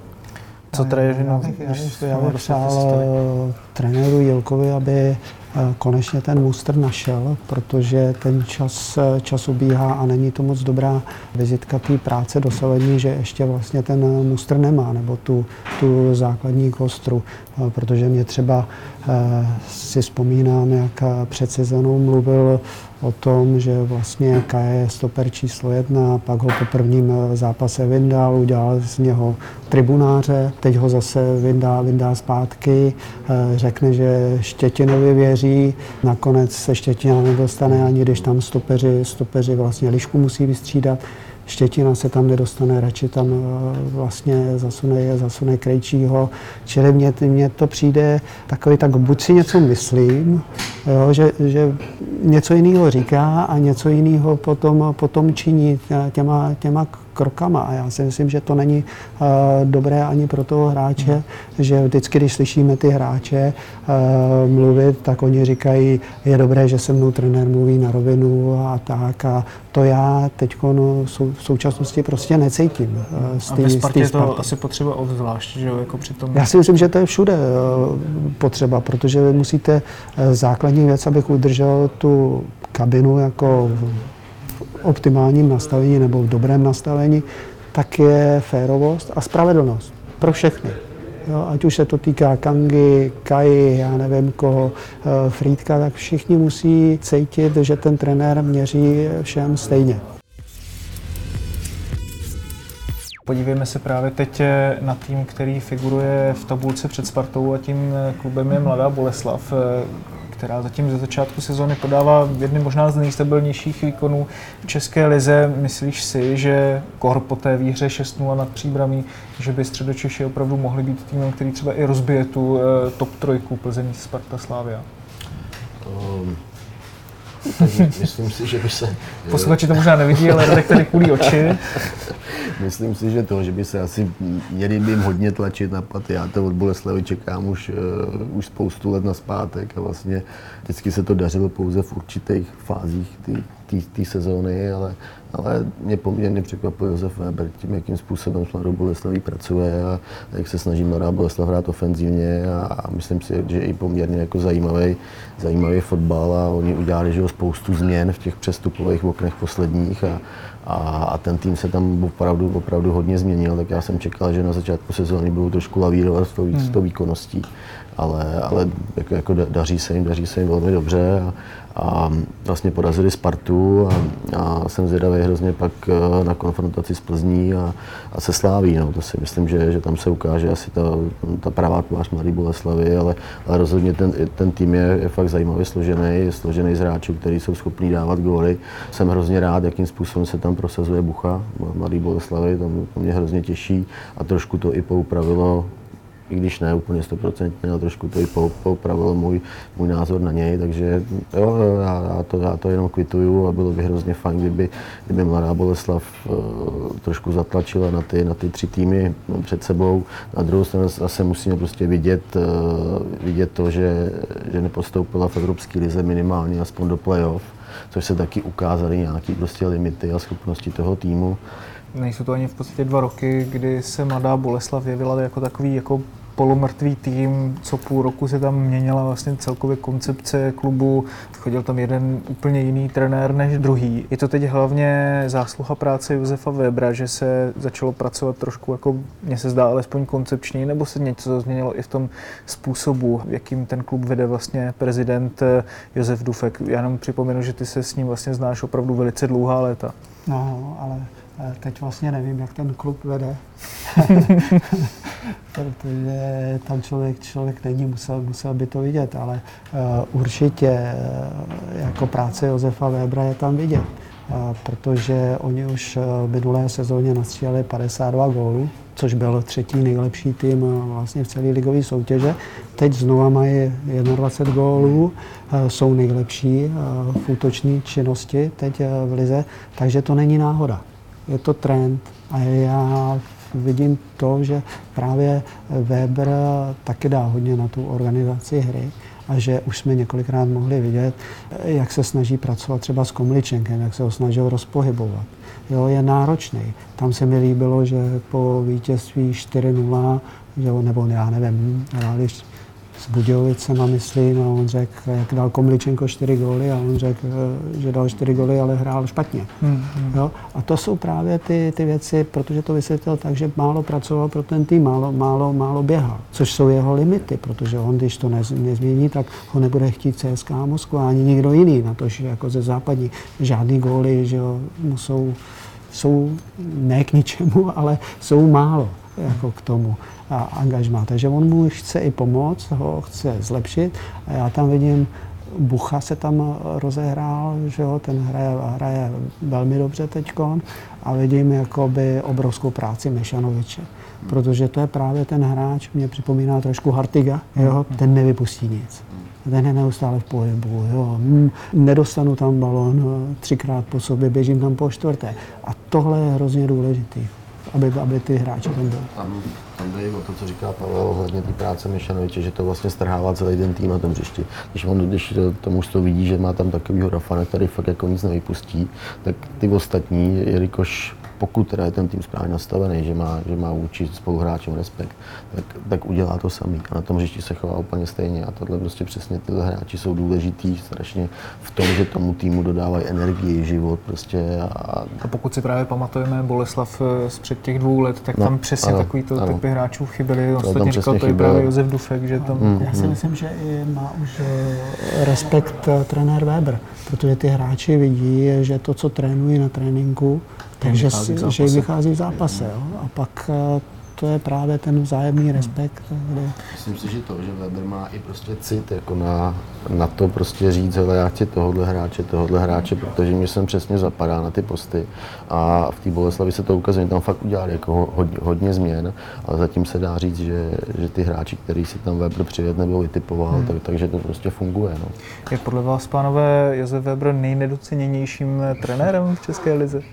Co trenér? Já bych přál trenéru Jilkovi, aby konečně ten mustr našel, protože ten čas, čas ubíhá a není to moc dobrá vizitka té práce dosavadní, že ještě vlastně ten mustr nemá, nebo tu, tu základní kostru, protože mě třeba si vzpomínám, jak před sezónou mluvil o tom, že vlastně Kaja je stoper číslo jedna, pak ho po prvním zápase vyndal, udělal z něho tribunáře, teď ho zase vyndá, vyndá zpátky, řekne, že Štětinovi věří, nakonec se Štětina nedostane, ani když tam stopeři, stopeři vlastně Lišku musí vystřídat. Štětina se tam nedostane, radši tam vlastně zasune, zasune Krejčího. Čili mně, mně to přijde takový, tak buď si něco myslím, jo, že, že něco jiného říká a něco jiného potom, potom činí těma, těma krokama a já si myslím, že to není uh, dobré ani pro toho hráče, mm. že vždycky, když slyšíme ty hráče uh, mluvit, tak oni říkají, je dobré, že se mnou trenér mluví na rovinu a tak a to já teď no, sou, v současnosti prostě necítím. Uh, z tý, a ve Spartě je to Sparty. asi potřeba obzvlášť, že jo, jako při tom... Já si myslím, že to je všude uh, potřeba, protože vy musíte uh, základní věc, abych udržel tu kabinu jako v optimálním nastavení nebo v dobrém nastavení, tak je férovost a spravedlnost pro všechny. Jo, ať už se to týká Kangy, Kai, já nevím koho, Frýdka, tak všichni musí cítit, že ten trenér měří všem stejně. Podívejme se právě teď na tým, který figuruje v tabulce před Spartou a tím klubem je Mladá Boleslav, která zatím ze začátku sezóny podává jedny možná z nejstabilnějších výkonů v české lize. Myslíš si, že kor po té výhře šest nula nad Příbramí, že by Středočeši opravdu mohli být týmem, který třeba i rozbije tu top trojku Plzeň, Sparta, Slavia? Um, myslím si, že by se... Posluchači to možná nevidí, ale Radek tady kulí oči. Myslím si, že to, že by se asi měli by jim hodně tlačit na paty. Já to od Boleslavy čekám už, uh, už spoustu let nazpátek a vlastně vždycky se to dařilo pouze v určitých fázích té sezóny, ale, ale mě poměrně překvapuje Josef Weber tím, jakým způsobem s Mladou Boleslaví pracuje a jak se snaží Mladá Boleslav hrát ofenzivně a, a myslím si, že i poměrně jako zajímavý, zajímavý fotbal a oni udělali že spoustu změn v těch přestupových oknech posledních a, a, a ten tým se tam opravdu, opravdu hodně změnil, tak já jsem čekal, že na začátku sezóny budou trošku lavírovat s tou, hmm. s tou výkonností, ale, ale jako, jako daří se jim, daří se jim velmi dobře a, a vlastně porazili Spartu a, a jsem zvědavý hrozně pak na konfrontaci s Plzní a, a se Sláví. No. To si myslím, že, že tam se ukáže asi ta, ta pravá tvář Mladé Boleslavy, ale, ale rozhodně ten, ten tým je, je fakt zajímavě složený, je složený z hráčů, kteří jsou schopní dávat góly. Jsem hrozně rád, jakým způsobem se tam prosazuje Bucha Mladé Boleslavy, to, to mě hrozně těší a trošku to i poupravilo, i když ne úplně stoprocentně, ale trošku to i poupravilo můj, můj názor na něj, takže jo, já, já, to, já to jenom kvituju a bylo by hrozně fajn, kdyby, kdyby Mladá Boleslav uh, trošku zatlačila na ty, na ty tři týmy před sebou. Na druhou stranu zase musíme prostě vidět, uh, vidět to, že, že nepostoupila v Evropské lize minimálně aspoň do playoff, což se taky ukázaly nějaké prostě limity a schopnosti toho týmu. Nejsou to ani v podstatě dva roky, kdy se Mladá Boleslav jevila jako takový jako polomrtvý tým, co půl roku se tam měnila vlastně celkově koncepce klubu, chodil tam jeden úplně jiný trenér než druhý. Je to teď hlavně zásluha práce Josefa Webera, že se začalo pracovat trošku, jako mně se zdá alespoň koncepčně, nebo se něco změnilo i v tom způsobu, jakým ten klub vede vlastně prezident Josef Dufek. Já jenom připomenu, že ty se s ním vlastně znáš opravdu velice dlouhá léta. No, ale teď vlastně nevím, jak ten klub vede, protože tam člověk, člověk není, musel, musel by to vidět, ale uh, určitě uh, jako práce Josefa Webera je tam vidět, uh, protože oni už v minulé sezóně nastříleli padesát dva gólů, což byl třetí nejlepší tým uh, vlastně v celé ligové soutěže. Teď znova mají dvacet jedna gólů, uh, jsou nejlepší uh, v útoční činnosti teď uh, v lize, takže to není náhoda. Je to trend a já vidím to, že právě Weber taky dá hodně na tu organizaci hry a že už jsme několikrát mohli vidět, jak se snaží pracovat třeba s Komličenkem, jak se ho snažil rozpohybovat. Jo, je náročný. Tam se mi líbilo, že po vítězství čtyři nula, nebo já nevím, hráli s Budějovicema, myslím, a on řekl, jak dal Komličenko čtyři góly a on řekl, že dal čtyři góly, ale hrál špatně. Hmm, hmm. Jo? A to jsou právě ty, ty věci, protože to vysvětlil tak, že málo pracoval pro ten tým, málo, málo, málo běhal, což jsou jeho limity, protože on, když to nez, nezmění, tak ho nebude chtít C S K A Moskva ani nikdo jiný, na to, že jako ze západní žádný góly, že jo, jsou, jsou ne k ničemu, ale jsou málo jako k tomu a angažmá. Takže on mu chce i pomoct, ho chce zlepšit a já tam vidím Bucha se tam rozehrál, že jo, ten hraje, hraje velmi dobře teďkon a vidím jakoby obrovskou práci Mešanoviče, protože to je právě ten hráč, mě připomíná trošku Hartiga, jo, ten nevypustí nic. Ten je neustále v pohybu, jo. Nedostanu tam balon třikrát po sobě, běžím tam po čtvrté. A tohle je hrozně důležitý, aby, aby ty hráči tam byli. Tam, tam jde o to, co říká Pavel ohledně té práce Mešanoviče, že to vlastně strhává celý ten tým na tom hřišti. Když, on, když to, to mužstvo vidí, že má tam takovýho Rafana, který fakt jako nic nevypustí, tak ty ostatní, jelikož pokud teda je ten tým správně nastavený, že má, že má vůči spoluhráčům respekt, tak, tak udělá to samý. A na tom hřišti se chová úplně stejně. A tohle prostě přesně tyhle hráči jsou důležitý strašně v tom, že tomu týmu dodávají energii, život prostě. A, a pokud si právě pamatujeme Boleslav z před těch dvou let, tak no, tam přesně takovýto typy hráčů chyběli. Ostatně říkal to i právě Josef Dufek, že tam... Mm, Já si mm. myslím, že i má už respekt trenér Weber, protože ty hráči vidí, že to, co trénují na tréninku, takže že jim vychází v zápase. Jo? A pak to je právě ten vzájemný respekt. Kde... Myslím si, že to, že Weber má i prostě cit jako na, na to prostě říct, hele, já chci tohohle hráče, tohohle hráče, protože mě sem přesně zapadá na ty posty. A v té Boleslavi se to ukazuje, tam fakt udělali jako hodně, hodně změn, ale zatím se dá říct, že, že ty hráči, který si tam Weber přivedl nebo vytipoval, hmm. tak, takže to prostě funguje. No. Je podle vás, pánové, Josef Weber nejnedoceněnějším trenérem v České lize?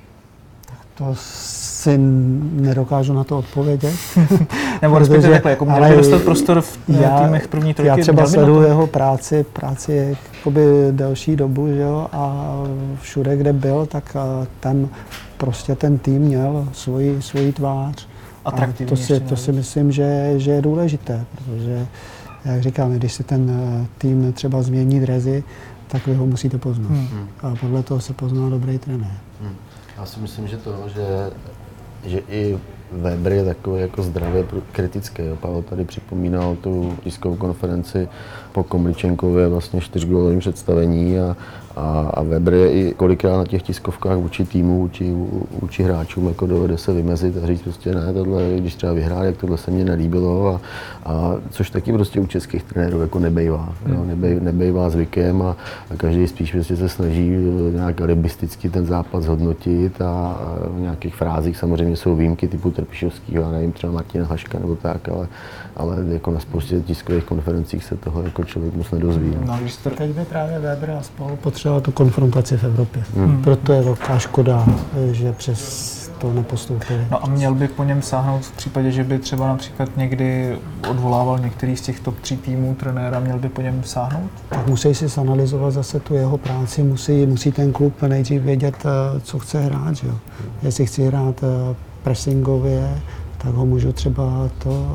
To si nedokážu na to odpovědět. Nebo respektive takhle, jako měl by dostat prostor v já, týmech první trojky. Já třeba sleduju jeho práci, práci jakoby delší dobu, že jo, a všude, kde byl, tak tam prostě ten tým měl svoji, svoji tvář. A to si, to si myslím, že, že je důležité, protože, jak říkám, když si ten tým třeba změní dresy, tak vy ho musíte poznat. Hmm. A podle toho se pozná dobrý trenér. Hmm. Já si myslím, že to, že, že i Weber je takový jako zdravě kritický. Pavel tady připomínal tu tiskovou konferenci po Komličenkově vlastně čtyřgólovém představení a, a, a Weber je i kolikrát na těch tiskovkách vůči týmu, vůči, vůči hráčům jako dovede se vymezit a říct prostě ne, tohle, když třeba vyhráli, jak tohle se mně nelíbilo a, a což taky prostě u českých trenérů jako nebejvá. Jo, nebej, nebejvá zvykem a, a každý spíš prostě se snaží nějak alibisticky ten zápas zhodnotit a, a v nějakých frázích samozřejmě jsou výjimky typu Trpišovskýho, já nevím, třeba Martina Haška nebo tak, ale, ale jako na spoustě tiskových konferencích se toho jako člověk moc nedozví. No, když to teď by právě Weber a spolu potřeboval tu konfrontaci v Evropě. Hmm. Proto je velká škoda, že přes to nepostoupili. No a měl by po něm sáhnout v případě, že by třeba například někdy odvolával některý z těch top tří týmů trenéra, měl by po něm sáhnout? Tak musí si zanalyzovat zase tu jeho práci, musí, musí ten klub nejdřív vědět, co chce hrát. Že jo? Jestli chci hrát pressingově, tak ho můžu třeba to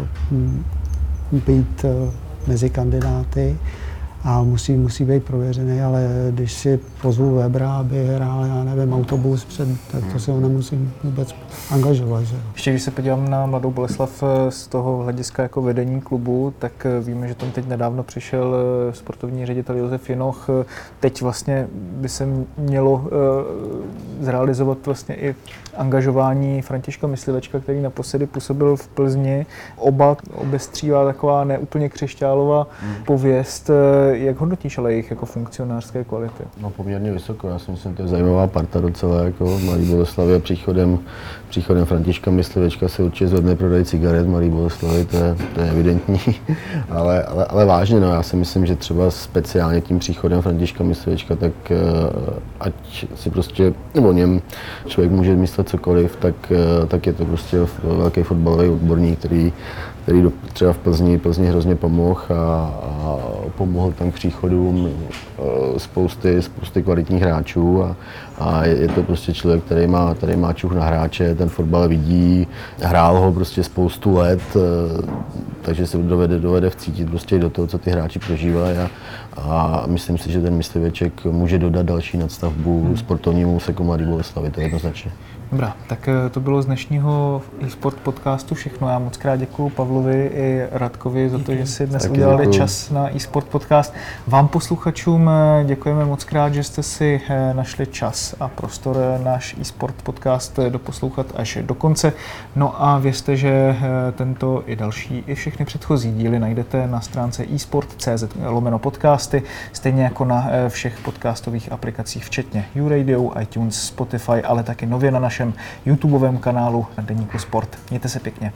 být mezi kandidáty a musí, musí být prověřený, ale když si pozvu Webera, aby hrál, já nevím, autobus před, tak to se ho nemusím vůbec angažovat. Že? Ještě když se podívám na Mladou Boleslav z toho hlediska jako vedení klubu, tak víme, že tam teď nedávno přišel sportovní ředitel Josef Jinoch. Teď vlastně by se mělo uh, zrealizovat vlastně i angažování Františka Myslivečka, který naposledy působil v Plzni. Oba obestřívá taková neúplně křišťálová hmm. pověst. Jak hodnotíš ale jejich jako funkcionářské kvality? No poměrně vysoko. Já si myslím, že to je zajímavá parta docela jako Mladý Boleslavy. Příchodem, příchodem Františka Myslivečka se určitě zvedne prodej cigaret Mladý Boleslavy, to je, to je evidentní. ale, ale, ale vážně, no, já si myslím, že třeba speciálně tím příchodem Františka Myslivečka, tak ať si prostě, nebo o něm člověk může myslet cokoliv, tak, tak je to prostě velký fotbalový odborník, který který třeba v Plzni, Plzni hrozně pomohl a, a pomohl tam k příchodům spousty, spousty kvalitních hráčů a, a je to prostě člověk, který má, který má čuch na hráče, ten fotbal vidí, hrál ho prostě spoustu let, takže se dovede, dovede vcítit prostě do toho, co ty hráči prožívají a, a myslím si, že ten Mysliveček může dodat další nadstavbu hmm. sportovnímu úseku Mladé Boleslavy, to je jednoznačně. Dobrá, tak to bylo z dnešního eSport podcastu všechno. Já moc krát děkuju Pavlovi i Radkovi za to, že si dnes Taky udělali děkuju. čas na eSport podcast. Vám posluchačům děkujeme moc krát, že jste si našli čas a prostor náš eSport podcast doposlouchat až do konce. No a vězte, že tento i další, i všechny předchozí díly najdete na stránce esport tečka cz lomeno podcast. podcasty, stejně jako na všech podcastových aplikacích, včetně YouRadio, iTunes, Spotify, ale taky nově na našem YouTubeovém kanálu Deníku Sport. Mějte se pěkně.